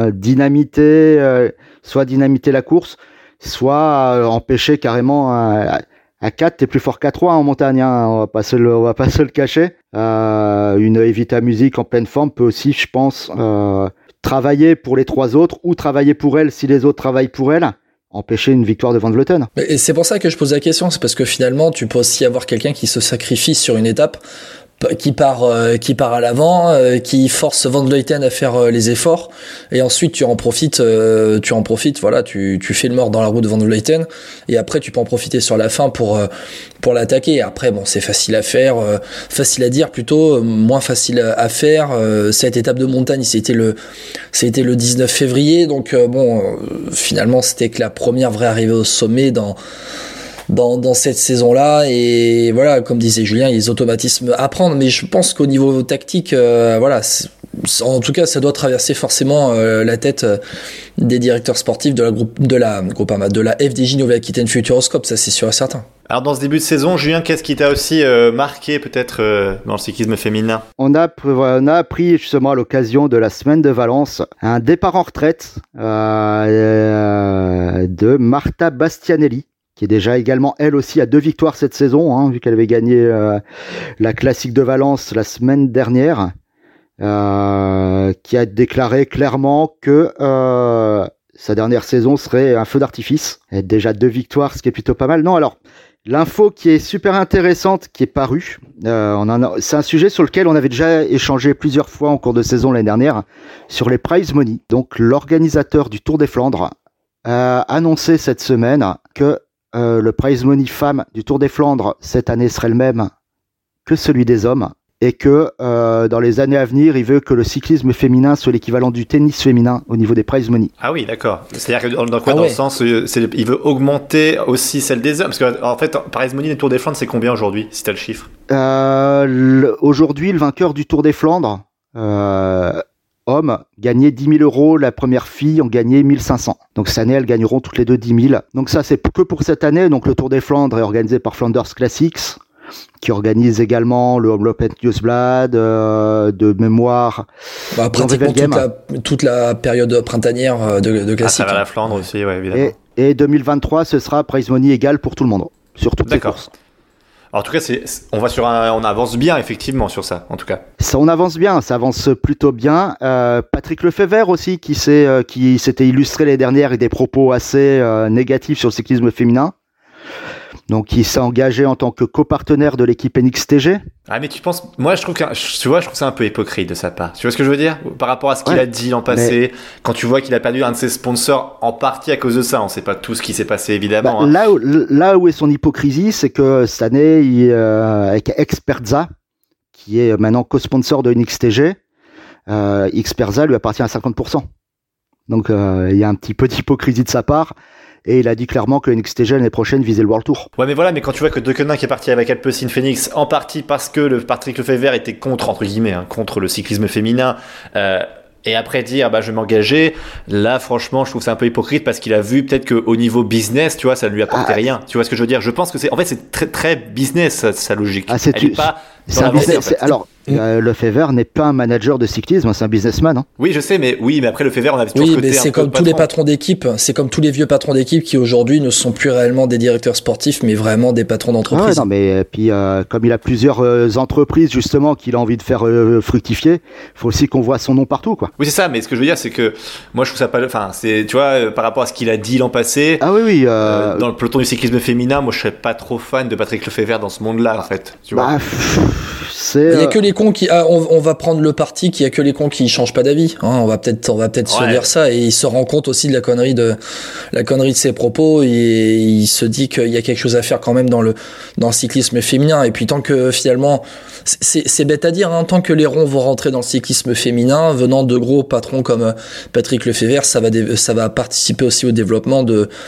dynamiter la course, soit empêcher carrément à 4, t'es plus fort qu'à 3 en montagne, hein, on va pas se le cacher. Une Evita Music en pleine forme peut aussi, je pense, travailler pour les 3 autres ou travailler pour elle si les autres travaillent pour elle, empêcher une victoire de Van Vleuten. Et c'est pour ça que je pose la question, c'est parce que finalement tu peux aussi avoir quelqu'un qui se sacrifie sur une étape, qui part à l'avant, qui force Van Vleuten à faire les efforts, et ensuite tu en profites, voilà, tu fais le mort dans la roue de Van Vleuten, et après tu peux en profiter sur la fin pour l'attaquer. Après bon, c'est facile à faire, facile à dire plutôt, moins facile à faire. Cette étape de montagne, c'était le 19 février, donc finalement c'était que la première vraie arrivée au sommet dans cette saison-là, et voilà, comme disait Julien, il y a des automatismes à prendre, mais je pense qu'au niveau tactique, en tout cas, ça doit traverser forcément la tête des directeurs sportifs de la FDJ Nouvelle-Aquitaine Futuroscope, ça c'est sûr et certain. Alors dans ce début de saison, Julien, qu'est-ce qui t'a aussi marqué peut-être dans le cyclisme féminin? On a appris justement à l'occasion de la semaine de Valence un départ en retraite de Marta Bastianelli, qui est déjà également elle aussi à 2 victoires cette saison, hein, vu qu'elle avait gagné la classique de Valence la semaine dernière, qui a déclaré clairement que sa dernière saison serait un feu d'artifice. Elle a déjà 2 victoires, ce qui est plutôt pas mal. Non, alors l'info qui est super intéressante, qui est parue, c'est un sujet sur lequel on avait déjà échangé plusieurs fois en cours de saison l'année dernière, sur les prize money. Donc l'organisateur du Tour des Flandres a annoncé cette semaine que le prize money femme du Tour des Flandres cette année serait le même que celui des hommes, et que dans les années à venir, il veut que le cyclisme féminin soit l'équivalent du tennis féminin au niveau des prize money. Ah oui, d'accord. C'est-à-dire que dans le sens, il veut augmenter aussi celle des hommes, parce que en fait, prize money du Tour des Flandres, c'est combien aujourd'hui, si t'as le chiffre? Aujourd'hui, le vainqueur du Tour des Flandres, hommes, gagnaient 10 000 €, la première fille en gagnait 1 500. Donc cette année, elles gagneront toutes les deux 10 000. Donc ça, c'est que pour cette année. Donc le Tour des Flandres est organisé par Flanders Classics, qui organise également le Omloop Nieuwsblad, de mémoire. Pratiquement toute la période printanière de classique. Ah, ça va la Flandre aussi, ouais, évidemment. Et 2023, ce sera prize money égal pour tout le monde, sur toutes les courses. En tout cas, on avance bien effectivement sur ça, en tout cas. On avance bien, ça avance plutôt bien. Patrick Lefebvre aussi, qui s'était illustré l'année dernière avec des propos assez négatifs sur le cyclisme féminin. Donc, il s'est engagé en tant que copartenaire de l'équipe NXTG. Ah, mais tu penses, moi, je trouve ça un peu hypocrite de sa part. Tu vois ce que je veux dire? Par rapport à ce qu'il a dit l'an passé, quand tu vois qu'il a perdu un de ses sponsors en partie à cause de ça, on sait pas tout ce qui s'est passé, évidemment. Là où est son hypocrisie, c'est que cette année, avec Expertza, qui est maintenant co-sponsor de NXTG, Expertza lui appartient à 50%. Donc, il y a un petit peu d'hypocrisie de sa part. Et il a dit clairement que NXTG l'année prochaine visait le World Tour. Ouais, mais voilà, mais quand tu vois que Deceuninck est parti avec Alpecin Phoenix, en partie parce que Patrick Lefebvre était contre le cyclisme féminin, et après dire je vais m'engager, là franchement je trouve ça un peu hypocrite parce qu'il a vu peut-être qu'au niveau business, tu vois, ça ne lui apportait rien. Tu vois ce que je veux dire? Je pense que c'est très très business sa logique. Elle est pas dans l'avancée, en fait. Alors, Lefebvre n'est pas un manager de cyclisme, c'est un businessman. Hein. Oui, je sais, mais après Lefebvre, on avait toujours ce côté. Oui, mais c'est comme tous les patrons d'équipe, c'est comme tous les vieux patrons d'équipe qui aujourd'hui ne sont plus réellement des directeurs sportifs, mais vraiment des patrons d'entreprise. Non, mais puis comme il a plusieurs entreprises justement qu'il a envie de faire fructifier, il faut aussi qu'on voit son nom partout, quoi. Oui, c'est ça. Mais ce que je veux dire, c'est que moi, je trouve ça pas. Enfin, c'est, tu vois, par rapport à ce qu'il a dit l'an passé. Ah oui. Dans le peloton du cyclisme féminin, moi, je serais pas trop fan de Patrick Lefebvre dans ce monde-là, en fait. Tu vois. Il y a que les cons qui. On va prendre le parti qu'il y a que les cons qui changent pas d'avis. Hein, on va peut-être se dire ça, et il se rend compte aussi de la connerie de ses propos, et il se dit qu'il y a quelque chose à faire quand même dans le cyclisme féminin. Et puis tant que finalement, c'est bête à dire, hein, tant que les ronds vont rentrer dans le cyclisme féminin, venant de gros patrons comme Patrick Lefebvre, ça va participer aussi au développement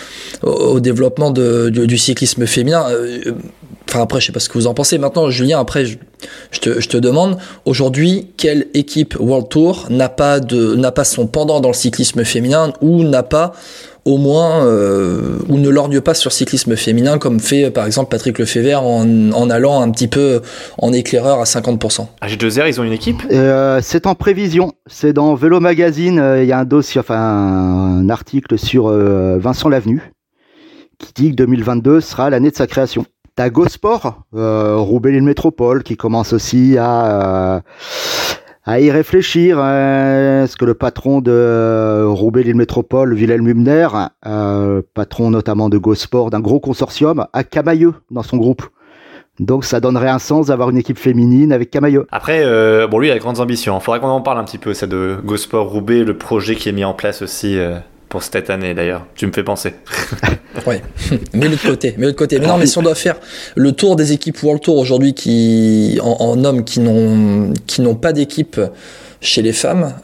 du cyclisme féminin. Enfin, après, je sais pas ce que vous en pensez. Maintenant, Julien, après, je te demande, aujourd'hui, quelle équipe World Tour n'a pas son pendant dans le cyclisme féminin, ou n'a pas, au moins, ou ne lorgne pas sur cyclisme féminin, comme fait, par exemple, Patrick Lefebvre en allant un petit peu en éclaireur à 50%. AG2R, ils ont une équipe? C'est en prévision. C'est dans Vélo Magazine. Il y a un dossier, un article sur Vincent Lavenu, qui dit que 2022 sera l'année de sa création. T'as Gosport, Roubaix-Lille Métropole, qui commence aussi à y réfléchir, parce que le patron de Roubaix-Lille Métropole, Wilhelm Hübner, patron notamment de Gosport, d'un gros consortium, a Camailleux dans son groupe. Donc ça donnerait un sens d'avoir une équipe féminine avec Camailleux. Après, lui il a de grandes ambitions. Faudrait qu'on en parle un petit peu, ça, de Gosport Roubaix, le projet qui est mis en place aussi. Pour cette année d'ailleurs, tu me fais penser. Ouais, mets le de côté. Mais non, mais si on doit faire le tour des équipes World Tour aujourd'hui en hommes qui n'ont pas d'équipe chez les femmes,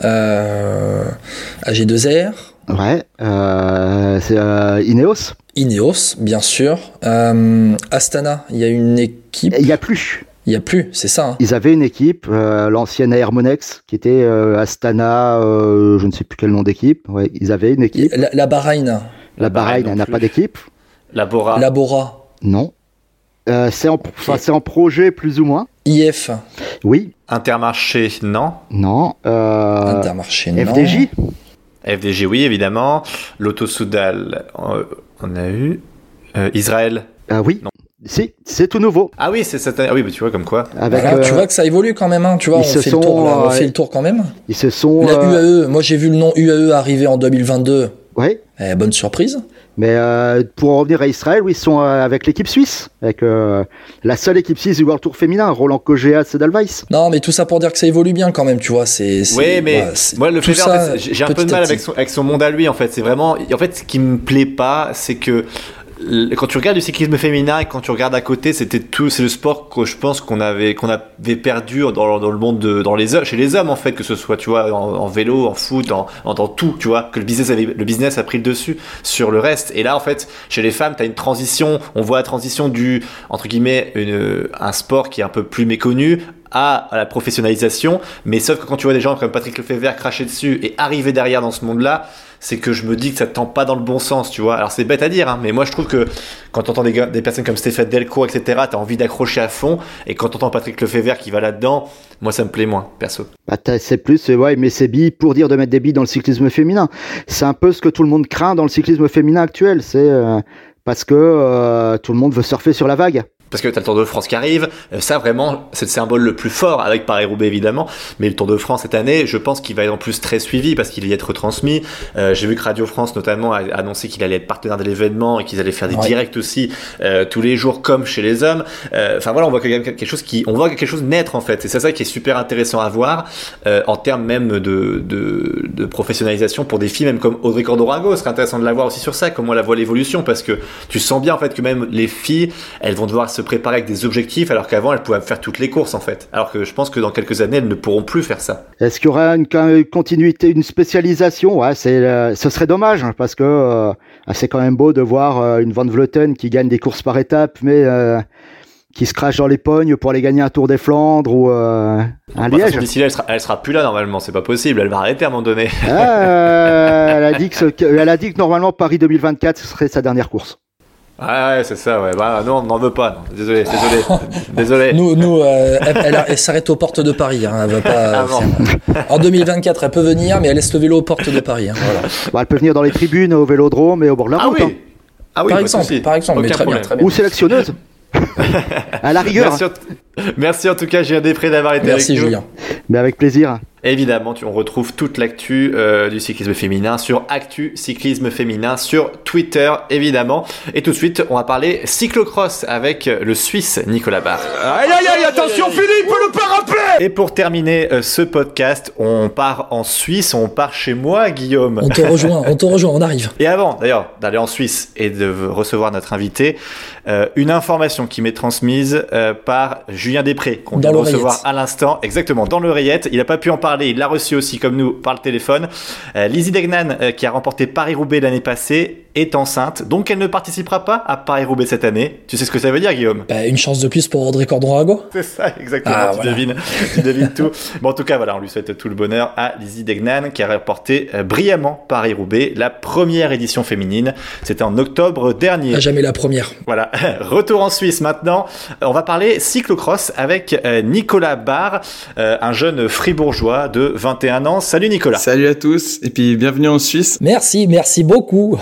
AG2R. Ouais, c'est Ineos. Ineos, bien sûr. Astana, il y a une équipe. Il y a plus. Il n'y a plus, c'est ça. Hein. Ils avaient une équipe, l'ancienne Air Monex, qui était Astana, je ne sais plus quel nom d'équipe. Ouais, ils avaient une équipe. La Bahreïn. La Bahreïn n'a pas d'équipe. La Bora. Non. C'est en projet plus ou moins. IF. Oui. Intermarché, non. Non. Intermarché, non. FDJ, oui, évidemment. Lotto Soudal, on a eu. Israël. Oui. Non. Si, c'est tout nouveau. Ah oui, c'est cette année. Ah oui, bah tu vois comme quoi. Tu vois que ça évolue quand même. Hein. Tu vois, on fait le tour quand même. Ils se sont. La UAE. Moi, j'ai vu le nom UAE arriver en 2022. Ouais. Bonne surprise. Mais pour en revenir à Israël, ils sont avec l'équipe suisse, avec la seule équipe suisse du World Tour féminin, Roland Kogea, Sedalweiss. Non, mais tout ça pour dire que ça évolue bien quand même, tu vois. Oui, mais moi, le Lefebvre, en fait, j'ai un peu de mal avec son monde à lui, en fait. C'est vraiment. En fait, ce qui me plaît pas, c'est que. Quand tu regardes du cyclisme féminin et quand tu regardes à côté, c'est le sport que je pense qu'on avait perdu dans le monde chez les hommes, en fait, que ce soit, tu vois, en vélo, en foot, dans tout, tu vois, que le business a pris le dessus sur le reste. Et là, en fait, chez les femmes, t'as une transition, on voit la transition du, entre guillemets, un sport qui est un peu plus méconnu à la professionnalisation, mais sauf que quand tu vois des gens comme Patrick Lefebvre cracher dessus et arriver derrière dans ce monde-là, c'est que je me dis que ça tend pas dans le bon sens, tu vois. Alors c'est bête à dire, hein, mais moi je trouve que quand t'entends des personnes comme Stéphane Delcourt, etc., t'as envie d'accrocher à fond, et quand t'entends Patrick Lefebvre qui va là-dedans, moi ça me plaît moins, perso. C'est plus, mais c'est billes pour dire de mettre des billes dans le cyclisme féminin. C'est un peu ce que tout le monde craint dans le cyclisme féminin actuel, c'est parce que tout le monde veut surfer sur la vague. parce que t'as le Tour de France qui arrive, ça vraiment c'est le symbole le plus fort avec Paris-Roubaix évidemment, mais le Tour de France cette année, je pense qu'il va être en plus très suivi parce qu'il va y être retransmis. J'ai vu que Radio France notamment a annoncé qu'il allait être partenaire de l'événement et qu'ils allaient faire des directs aussi tous les jours comme chez les hommes. Enfin voilà, on voit quelque chose naître en fait. Et c'est ça qui est super intéressant à voir en termes même de professionnalisation pour des filles même comme Audrey Cordorago. Ce serait intéressant de la voir aussi sur ça, comment elle voit l'évolution, parce que tu sens bien en fait que même les filles, elles vont devoir se préparer avec des objectifs alors qu'avant elles pouvaient faire toutes les courses en fait. Alors que je pense que dans quelques années elles ne pourront plus faire ça. Est-ce qu'il y aura une continuité, une spécialisation? Ouais, ce serait dommage parce que c'est quand même beau de voir une Van Vleuten qui gagne des courses par étapes, mais qui se crache dans les pognes pour aller gagner un Tour des Flandres ou un Liège. D'ici là, elle sera plus là normalement, c'est pas possible. Elle va arrêter à un moment donné. Elle a dit que normalement Paris 2024 ce serait sa dernière course. Ah ouais, c'est ça, ouais. Bah non, on n'en veut pas. Non. Désolé. Nous, elle s'arrête aux portes de Paris. Hein. Elle va pas. En 2024, elle peut venir, mais elle laisse le vélo aux portes de Paris. Hein. Voilà. Elle peut venir dans les tribunes, au Vélodrome et au bord de la route. Oui. Hein. Ah oui, par exemple, mais très bien. Ou sélectionneuse. À la rigueur. Merci en tout cas, Julien Després d'avoir été avec nous. Merci Julien. Mais avec plaisir. Évidemment, on retrouve toute l'actu du cyclisme féminin sur Actu Cyclisme Féminin sur Twitter, évidemment. Et tout de suite, on va parler cyclocross avec le Suisse Nicolas Barre. Aïe, attention Philippe, le pas rappeler. Et pour terminer ce podcast, on part en Suisse, on part chez moi, Guillaume. On te rejoint, on arrive. Et avant, d'ailleurs, d'aller en Suisse et de recevoir notre invité, une information qui m'est transmise par Julien Després, qu'on vient de recevoir à l'instant, exactement, dans l'oreillette. Il n'a pas pu en parler, il l'a reçu aussi comme nous par le téléphone. Lizzie Deignan, qui a remporté Paris-Roubaix l'année passée, est enceinte, donc elle ne participera pas à Paris-Roubaix cette année. Tu sais ce que ça veut dire, Guillaume? Une chance de plus pour Audrey Cordorago. C'est ça, exactement, tu devines tout. Bon, en tout cas, voilà, on lui souhaite tout le bonheur à Lizzie Deignan, qui a remporté brillamment Paris-Roubaix, la première édition féminine. C'était en octobre dernier. À jamais la première. Voilà, retour en Suisse maintenant. On va parler cyclocross avec Nicolas Barre, un jeune fribourgeois de 21 ans. Salut Nicolas. Salut à tous et puis bienvenue en Suisse. Merci beaucoup.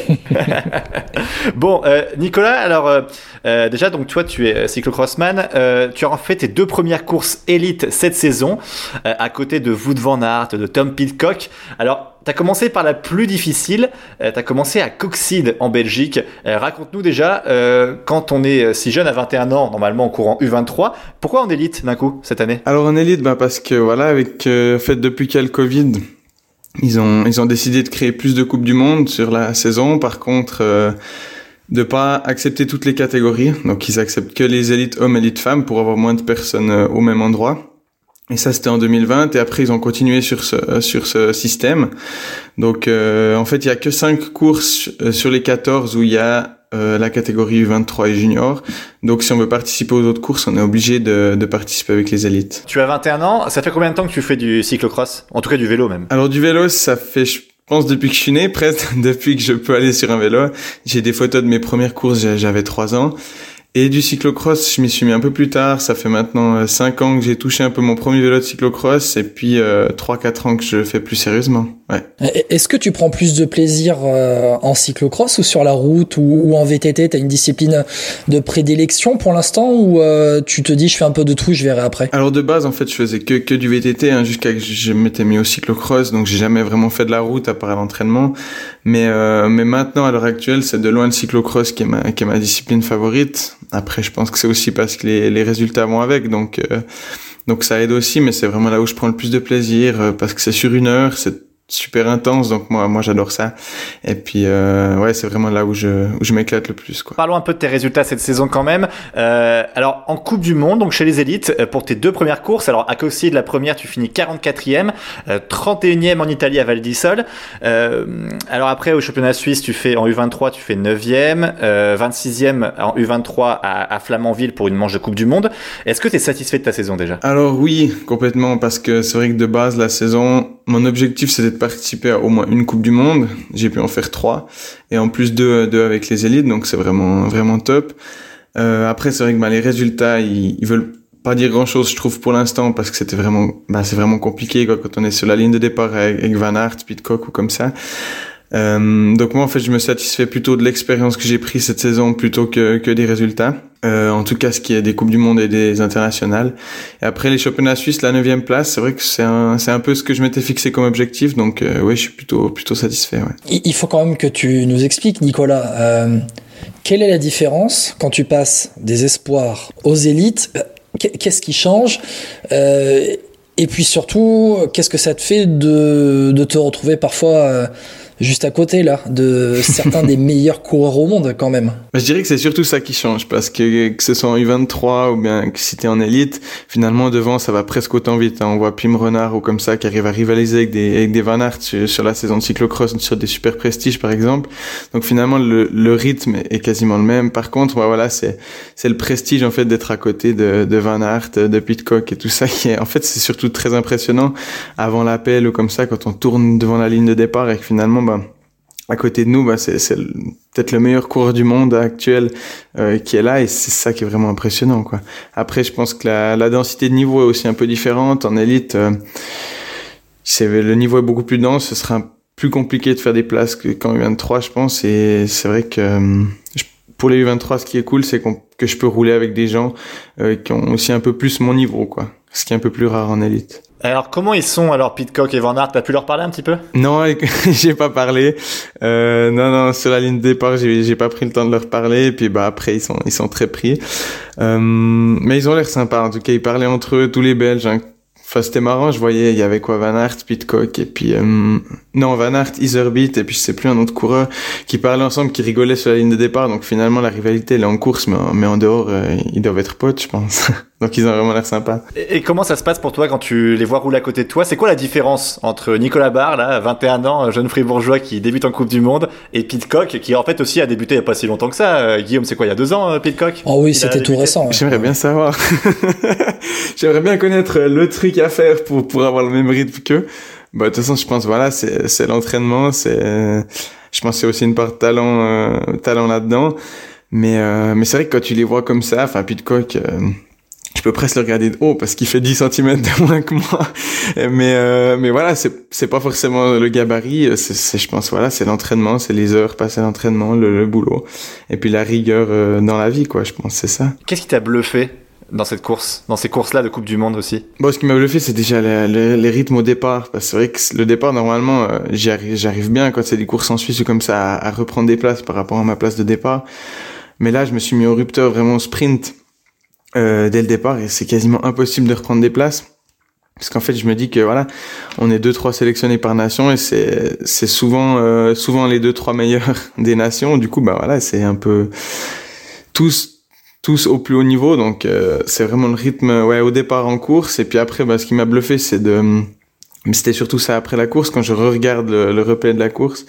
Bon, Nicolas, alors déjà, donc toi tu es cyclocrossman, tu as en fait tes 2 premières courses élites cette saison, à côté de Wout van Aert, de Tom Pidcock. Alors, tu as commencé par la plus difficile, tu as commencé à Coxide en Belgique. Raconte-nous déjà, quand on est si jeune à 21 ans, normalement en courant U23, pourquoi en élite d'un coup cette année? Alors en élite, parce que voilà, avec fait depuis qu'il y a le Covid, ils ont décidé de créer plus de Coupes du Monde sur la saison. Par contre, de pas accepter toutes les catégories. Donc ils acceptent que les élites hommes, élites femmes pour avoir moins de personnes au même endroit. Et ça, c'était en 2020. Et après, ils ont continué sur ce système. Donc, en fait, il y a que 5 courses sur les 14 où il y a la catégorie U23 et junior. Donc, si on veut participer aux autres courses, on est obligé de participer avec les élites. Tu as 21 ans. Ça fait combien de temps que tu fais du cyclocross? En tout cas, du vélo même. Alors, du vélo, ça fait, je pense, depuis que je suis né, presque, depuis que je peux aller sur un vélo. J'ai des photos de mes premières courses, j'avais 3 ans. Et du cyclocross, je m'y suis mis un peu plus tard. Ça fait maintenant 5 ans que j'ai touché un peu mon premier vélo de cyclocross et puis 3-4 ans que je le fais plus sérieusement. Ouais. Est-ce que tu prends plus de plaisir en cyclocross ou sur la route ou en VTT? T'as une discipline de prédilection pour l'instant ou tu te dis je fais un peu de tout, je verrai après? Alors de base, en fait, je faisais que du VTT jusqu'à que je m'étais mis au cyclocross, donc j'ai jamais vraiment fait de la route à part à l'entraînement. Mais maintenant, à l'heure actuelle, c'est de loin le cyclocross qui est ma discipline favorite. Après, je pense que c'est aussi parce que les résultats vont avec, donc ça aide aussi, mais c'est vraiment là où je prends le plus de plaisir, parce que c'est sur 1 heure, c'est super intense, donc moi j'adore ça. Et puis c'est vraiment là où je m'éclate le plus, quoi. Parlons un peu de tes résultats cette saison quand même. Alors en Coupe du Monde, donc chez les élites, pour tes 2 premières courses, alors à Coxide, la première tu finis 44e, 31e en Italie à Val d'Isole. Alors après au championnat suisse, tu fais en U23, tu fais 9e, 26e en U23 à Flamanville pour une manche de Coupe du Monde. Est-ce que tu es satisfait de ta saison déjà? Alors oui, complètement, parce que c'est vrai que de base la saison, mon objectif c'était de participer à au moins une Coupe du Monde. J'ai pu en faire 3 et en plus 2 avec les élites, donc c'est vraiment top. Après c'est vrai que les résultats ils veulent pas dire grand chose, je trouve, pour l'instant, parce que c'est vraiment compliqué, quoi, quand on est sur la ligne de départ avec Van Aert, Pidcock ou comme ça. Donc moi en fait je me satisfais plutôt de l'expérience que j'ai prise cette saison plutôt que des résultats. En tout cas ce qui est des Coupes du Monde et des internationales. Et après les championnats suisses, la 9e place, c'est vrai que c'est un peu ce que je m'étais fixé comme objectif. Donc oui, je suis plutôt satisfait. Ouais. Il faut quand même que tu nous expliques, Nicolas, quelle est la différence quand tu passes des espoirs aux élites? Qu'est-ce qui change? Et puis surtout, qu'est-ce que ça te fait de te retrouver parfois juste à côté là de certains des meilleurs coureurs au monde quand même? Je dirais que c'est surtout ça qui change, parce que ce soit en U23 ou bien que si t'es en élite, finalement devant ça va presque autant vite. On voit Pim Renard ou comme ça qui arrive à rivaliser avec des Van Aert sur la saison de cyclocross, sur des super prestiges par exemple. Donc finalement le rythme est quasiment le même. Par contre, voilà, c'est le prestige en fait d'être à côté de Van Aert, de Pidcock et tout ça qui est, en fait c'est surtout très impressionnant avant l'appel ou comme ça quand on tourne devant la ligne de départ et que finalement à côté de nous, c'est peut-être le meilleur coureur du monde actuel qui est là, et c'est ça qui est vraiment impressionnant, quoi. Après, je pense que la densité de niveau est aussi un peu différente. En élite, le niveau est beaucoup plus dense. Ce sera plus compliqué de faire des places qu'en U23, je pense. Et c'est vrai que pour les U23, ce qui est cool, c'est que je peux rouler avec des gens qui ont aussi un peu plus mon niveau, quoi. Ce qui est un peu plus rare en élite. Alors, comment ils sont, alors, Pidcock et Van Aert? T'as pu leur parler un petit peu? Non, j'ai pas parlé. Non, sur la ligne de départ, j'ai pas pris le temps de leur parler. Et puis, après, ils sont très pris. Mais ils ont l'air sympas. En tout cas, ils parlaient entre eux, tous les Belges, hein. Enfin, c'était marrant, je voyais, il y avait quoi, Van Aert, Pidcock, et puis, Van Aert, Iserbyt, et puis je sais plus, un autre coureur, qui parlaient ensemble, qui rigolaient sur la ligne de départ, donc finalement, la rivalité, elle est en course, mais en dehors, ils doivent être potes, je pense. Donc ils ont vraiment l'air sympas. Et comment ça se passe pour toi quand tu les vois rouler à côté de toi? C'est quoi la différence entre Nicolas Barre, là, 21 ans, jeune fribourgeois qui débute en Coupe du Monde, et Pidcock, qui en fait aussi a débuté il y a pas si longtemps que ça? Guillaume, c'est quoi, il y a 2 ans, Pidcock? Oh oui, c'était tout récent. Ouais. J'aimerais bien savoir. J'aimerais bien connaître le truc à faire pour avoir le même rythme qu'eux. De toute façon, je pense, voilà, c'est l'entraînement, je pense que c'est aussi une part de talent là-dedans. Mais c'est vrai que quand tu les vois comme ça, enfin, Pidcock, je peux presque le regarder de haut parce qu'il fait 10 cm de moins que moi. Mais voilà, c'est pas forcément le gabarit, je pense, voilà, c'est l'entraînement, c'est les heures passées à l'entraînement, le boulot. Et puis la rigueur dans la vie, quoi, je pense, c'est ça. Qu'est-ce qui t'a bluffé dans cette course, dans ces courses-là de Coupe du Monde aussi? Ce qui m'a bluffé, c'est déjà les rythmes au départ. Parce que c'est vrai que le départ, normalement, j'arrive bien quand c'est des courses en Suisse ou comme ça à reprendre des places par rapport à ma place de départ. Mais là, je me suis mis au rupteur, vraiment au sprint, dès le départ, et c'est quasiment impossible de reprendre des places. Parce qu'en fait, je me dis que voilà, on est 2-3 sélectionnés par nation, et c'est souvent les 2-3 meilleurs des nations. Du coup, voilà, c'est un peu tous au plus haut niveau, donc c'est vraiment le rythme au départ en course. Et puis après, ce qui m'a bluffé, mais c'était surtout ça après la course, quand je regarde le replay de la course,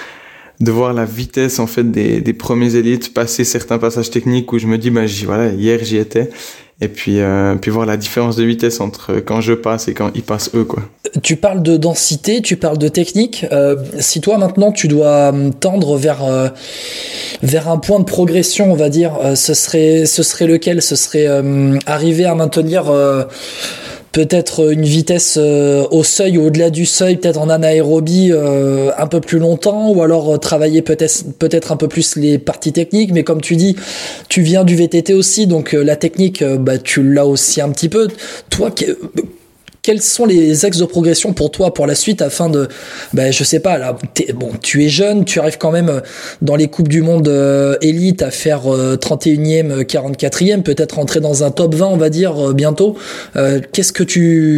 de voir la vitesse en fait des premiers élites, passer certains passages techniques où je me dis hier j'y étais, et puis voir la différence de vitesse entre quand je passe et quand ils passent eux, quoi. Tu parles de densité, tu parles de technique. Si toi maintenant tu dois tendre vers un point de progression, on va dire, ce serait lequel? Ce serait arriver à maintenir peut-être une vitesse au seuil, au-delà du seuil, peut-être en anaérobie un peu plus longtemps, ou alors travailler peut-être un peu plus les parties techniques. Mais comme tu dis, tu viens du VTT aussi, donc la technique, tu l'as aussi un petit peu. Toi, quels sont les axes de progression pour toi pour la suite, afin de, je sais pas, là, tu es jeune, tu arrives quand même dans les Coupes du Monde élite à faire 31e, 44e, peut-être rentrer dans un top 20, on va dire, bientôt. Qu'est-ce que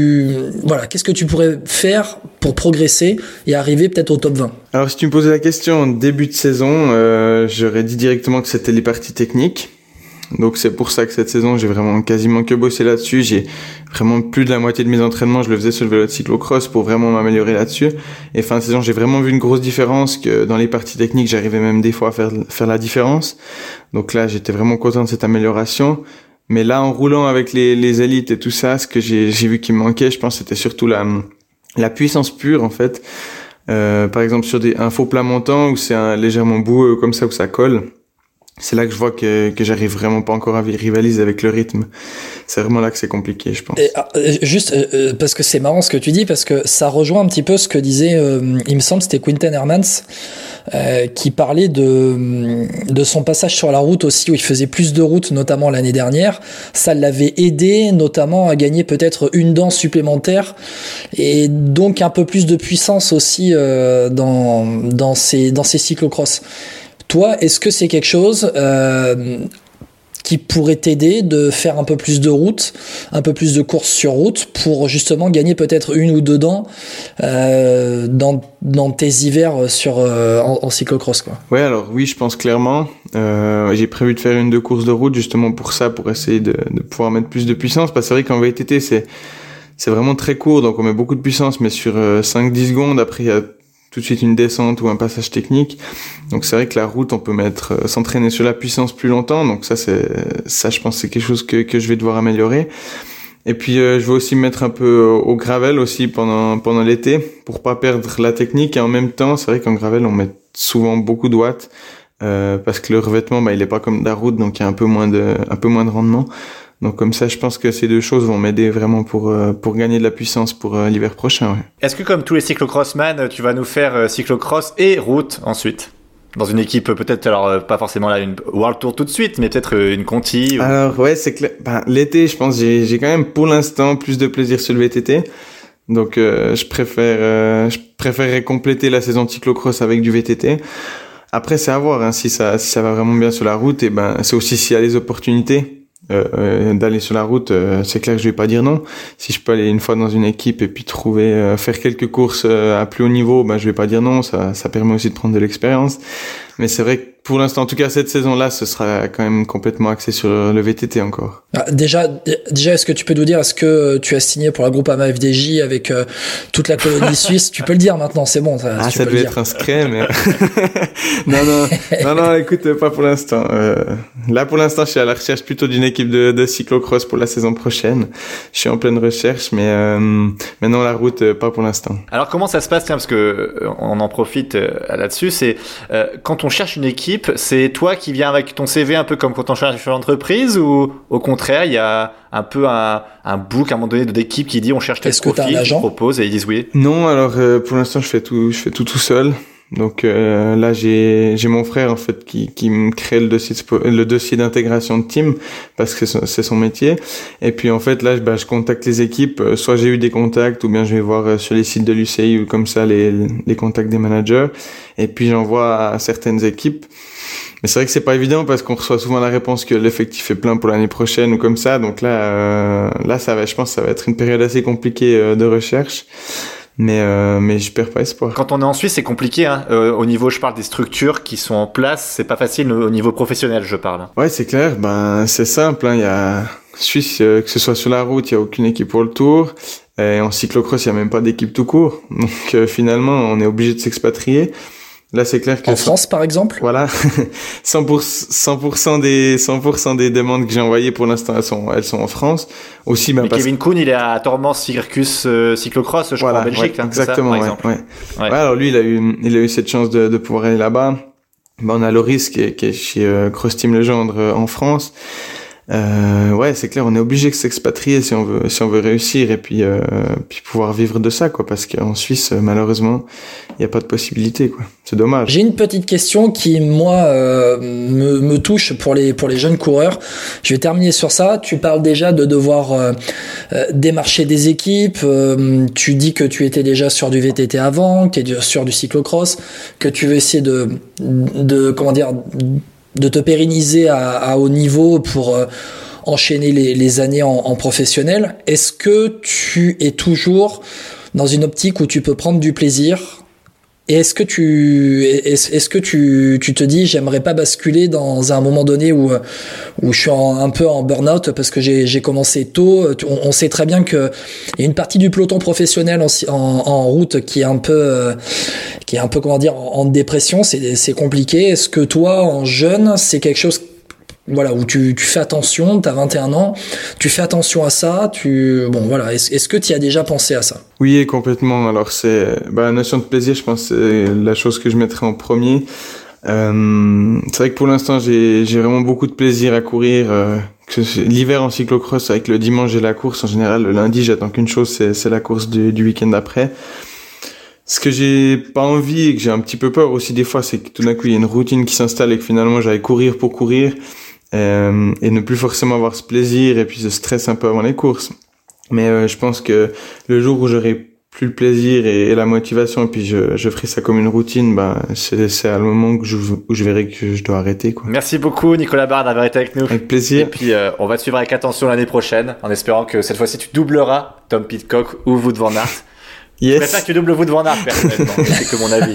tu pourrais faire pour progresser et arriver peut-être au top 20? Alors, si tu me posais la question en début de saison, j'aurais dit directement que c'était les parties techniques. Donc c'est pour ça que cette saison, j'ai vraiment quasiment que bossé là-dessus. J'ai vraiment plus de la moitié de mes entraînements, je le faisais sur le vélo de cyclocross pour vraiment m'améliorer là-dessus. Et fin de saison, j'ai vraiment vu une grosse différence, que dans les parties techniques, j'arrivais même des fois à faire la différence. Donc là, j'étais vraiment content de cette amélioration. Mais là, en roulant avec les élites et tout ça, ce que j'ai vu qui me manquait, je pense, c'était surtout la puissance pure, en fait. Par exemple, sur un faux plat montant où c'est légèrement boueux comme ça, où ça colle. c'est là que je vois que j'arrive vraiment pas encore à rivaliser avec le rythme. C'est vraiment là que c'est compliqué, je pense. Juste parce que c'est marrant ce que tu dis, parce que ça rejoint un petit peu ce que disait, il me semble, c'était Quinten Hermans, qui parlait de son passage sur la route aussi, où il faisait plus de route, notamment l'année dernière. Ça l'avait aidé, notamment à gagner peut-être une dent supplémentaire et donc un peu plus de puissance aussi dans ses cyclocross. Toi, est-ce que c'est quelque chose qui pourrait t'aider de faire un peu plus de route, un peu plus de courses sur route pour justement gagner peut-être une ou deux dents dans tes hivers en cyclocross, quoi? Ouais, alors oui, je pense clairement. J'ai prévu de faire 1-2 courses de route justement pour ça, pour essayer de pouvoir mettre plus de puissance. Parce que c'est vrai qu'en VTT, c'est vraiment très court, donc on met beaucoup de puissance, mais sur 5-10 secondes, après il y a tout de suite une descente ou un passage technique. Donc c'est vrai que la route, on peut s'entraîner sur la puissance plus longtemps. Donc ça, je pense, c'est quelque chose que je vais devoir améliorer. Et puis je vais aussi me mettre un peu au gravel aussi pendant l'été pour pas perdre la technique. Et en même temps, c'est vrai qu'en gravel, on met souvent beaucoup de watts parce que le revêtement, il est pas comme la route, donc il y a un peu moins de rendement. Donc comme ça, je pense que ces deux choses vont m'aider vraiment pour gagner de la puissance pour l'hiver prochain. Ouais. Est-ce que comme tous les cyclocrossman, tu vas nous faire cyclocross et route ensuite dans une équipe peut-être, alors pas forcément là une World Tour tout de suite, mais peut-être une Conti ou... Alors ouais, c'est clair. L'été, je pense j'ai quand même pour l'instant plus de plaisir sur le VTT. Donc je préférerais compléter la saison de cyclocross avec du VTT. Après c'est à voir hein, si ça va vraiment bien sur la route, et c'est aussi s'il y a les opportunités d'aller sur la route, c'est clair que je vais pas dire non. Si je peux aller une fois dans une équipe et puis faire quelques courses à plus haut niveau, je vais pas dire non. Ça permet aussi de prendre de l'expérience. Mais c'est vrai que pour l'instant, en tout cas cette saison-là, ce sera quand même complètement axé sur le VTT encore. Déjà, est-ce que tu peux nous dire, est-ce que tu as signé pour la Groupama FDJ avec toute la colonie suisse? Tu peux le dire maintenant, c'est bon. Ça devait être un secret, mais non, écoute, pas pour l'instant. Là, pour l'instant, je suis à la recherche plutôt d'une équipe de cyclocross pour la saison prochaine. Je suis en pleine recherche, mais non, la route, pas pour l'instant. Alors comment ça se passe, tiens, parce que on en profite là-dessus, c'est quand on cherche une équipe, c'est toi qui viens avec ton CV un peu comme quand on cherche une entreprise, ou au contraire il y a un peu un book à un moment donné d'équipe qui dit on cherche tel profil, qui propose et ils disent oui? Non, alors pour l'instant je fais tout seul. Donc là j'ai mon frère en fait qui me crée le dossier d'intégration de team parce que c'est son métier. Et puis en fait là je contacte les équipes, soit j'ai eu des contacts ou bien je vais voir sur les sites de l'UCI ou comme ça les contacts des managers, et puis j'envoie à certaines équipes. Mais c'est vrai que c'est pas évident parce qu'on reçoit souvent la réponse que l'effectif est plein pour l'année prochaine ou comme ça. Donc là je pense que ça va être une période assez compliquée de recherche. Mais je perds pas espoir. Quand on est en Suisse, c'est compliqué, hein. Au niveau, je parle des structures qui sont en place, c'est pas facile au niveau professionnel, je parle. Ouais, c'est clair. C'est simple, hein. Il y a Suisse, que ce soit sur la route, il y a aucune équipe pour le Tour. Et en cyclocross, il y a même pas d'équipe tout court. Donc finalement, on est obligé de s'expatrier. Là, c'est clair que en France, par exemple. Voilà. 100% des demandes que j'ai envoyées pour l'instant, elles sont en France. Aussi, mais Kevin Kuhn, il est à Tormans Circus Cyclocross, je crois, en Belgique, ouais, exactement, ça, par exemple. Ouais. Alors lui, il a eu cette chance de pouvoir aller là-bas. On a Loris qui est chez Cross Team Legendre en France. Ouais, c'est clair, on est obligé de s'expatrier si on veut réussir et puis pouvoir vivre de ça, quoi, parce qu'en Suisse, malheureusement, il y a pas de possibilité, quoi. C'est dommage. J'ai une petite question qui, moi, me touche pour les jeunes coureurs. Je vais terminer sur ça. Tu parles déjà de devoir démarcher des équipes. Tu dis que tu étais déjà sur du VTT avant, que tu es sur du cyclocross, que tu veux essayer de te pérenniser à haut niveau pour enchaîner les années en professionnel. Est-ce que tu es toujours dans une optique où tu peux prendre du plaisir? Et est-ce que tu te dis j'aimerais pas basculer dans un moment donné où je suis un peu en burn-out parce que j'ai commencé tôt. On sait très bien que il y a une partie du peloton professionnel en route qui est un peu en dépression, c'est compliqué. Est-ce que toi en jeune, c'est quelque chose où tu fais attention, t'as 21 ans, tu fais attention à ça, est-ce que tu y as déjà pensé à ça? Oui, complètement. Alors la notion de plaisir, je pense, c'est la chose que je mettrais en premier. C'est vrai que pour l'instant, j'ai vraiment beaucoup de plaisir à courir. L'hiver en cyclocross, avec le dimanche j'ai la course, en général le lundi j'attends qu'une chose, c'est la course du week-end d'après. Ce que j'ai pas envie et que j'ai un petit peu peur aussi des fois, c'est que tout d'un coup il y a une routine qui s'installe et que finalement j'aille courir pour courir et ne plus forcément avoir ce plaisir et puis ce stress un peu avant les courses. Mais je pense que le jour où j'aurai plus le plaisir et la motivation et puis je ferai ça comme une routine, c'est à le moment où je verrai que je dois arrêter, quoi. Merci beaucoup Nicolas Barre d'avoir été avec nous. Avec plaisir. Et puis on va te suivre avec attention l'année prochaine en espérant que cette fois-ci tu doubleras Tom Pidcock ou Wout van Aert. Yes. Je préfère que tu doubles Wout van Aert personnellement, mais c'est que mon avis.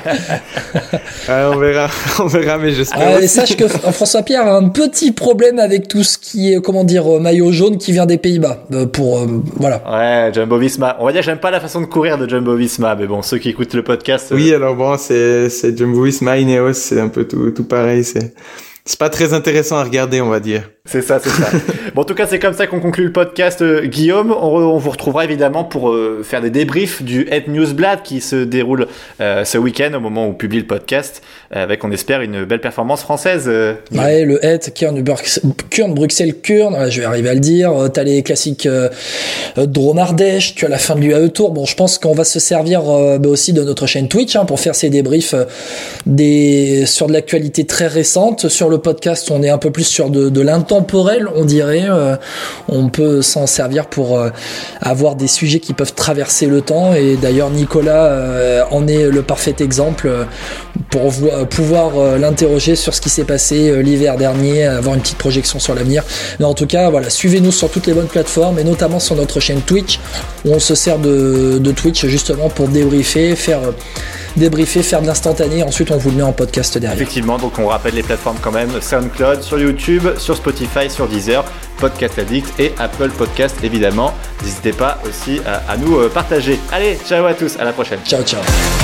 On verra, mais j'espère. Et sache que François Pierre a un petit problème avec tout ce qui est, maillot jaune qui vient des Pays-Bas. Voilà. Ouais, Jumbo-Visma. On va dire que j'aime pas la façon de courir de Jumbo-Visma, mais bon, ceux qui écoutent le podcast. Oui, alors bon, c'est Jumbo-Visma, Ineos, c'est un peu tout pareil, c'est pas très intéressant à regarder, on va dire. C'est ça. Bon, en tout cas, c'est comme ça qu'on conclut le podcast. Guillaume, on vous retrouvera évidemment pour faire des débriefs du Het Nieuwsblad qui se déroule ce week-end au moment où on publie le podcast, avec, on espère, une belle performance française. Ouais, le Het, Kurn, Bruxelles, Kurn, je vais arriver à le dire. T'as les classiques Drôme-Ardèche, tu as la fin de l'UAE Tour. Bon, je pense qu'on va se servir aussi de notre chaîne Twitch pour faire ces débriefs sur de l'actualité très récente. Sur le podcast, on est un peu plus sur de l'intemporel, on dirait. On peut s'en servir pour avoir des sujets qui peuvent traverser le temps. Et d'ailleurs, Nicolas en est le parfait exemple pour pouvoir l'interroger sur ce qui s'est passé l'hiver dernier, avoir une petite projection sur l'avenir. Mais en tout cas, voilà, suivez-nous sur toutes les bonnes plateformes et notamment sur notre chaîne Twitch où on se sert de Twitch justement pour débriefer, faire de l'instantané, ensuite on vous le met en podcast derrière. Effectivement, donc on rappelle les plateformes quand même, SoundCloud, sur YouTube, sur Spotify, sur Deezer, Podcast Addict et Apple Podcast évidemment. N'hésitez pas aussi à nous partager. Allez, ciao à tous, à la prochaine. Ciao.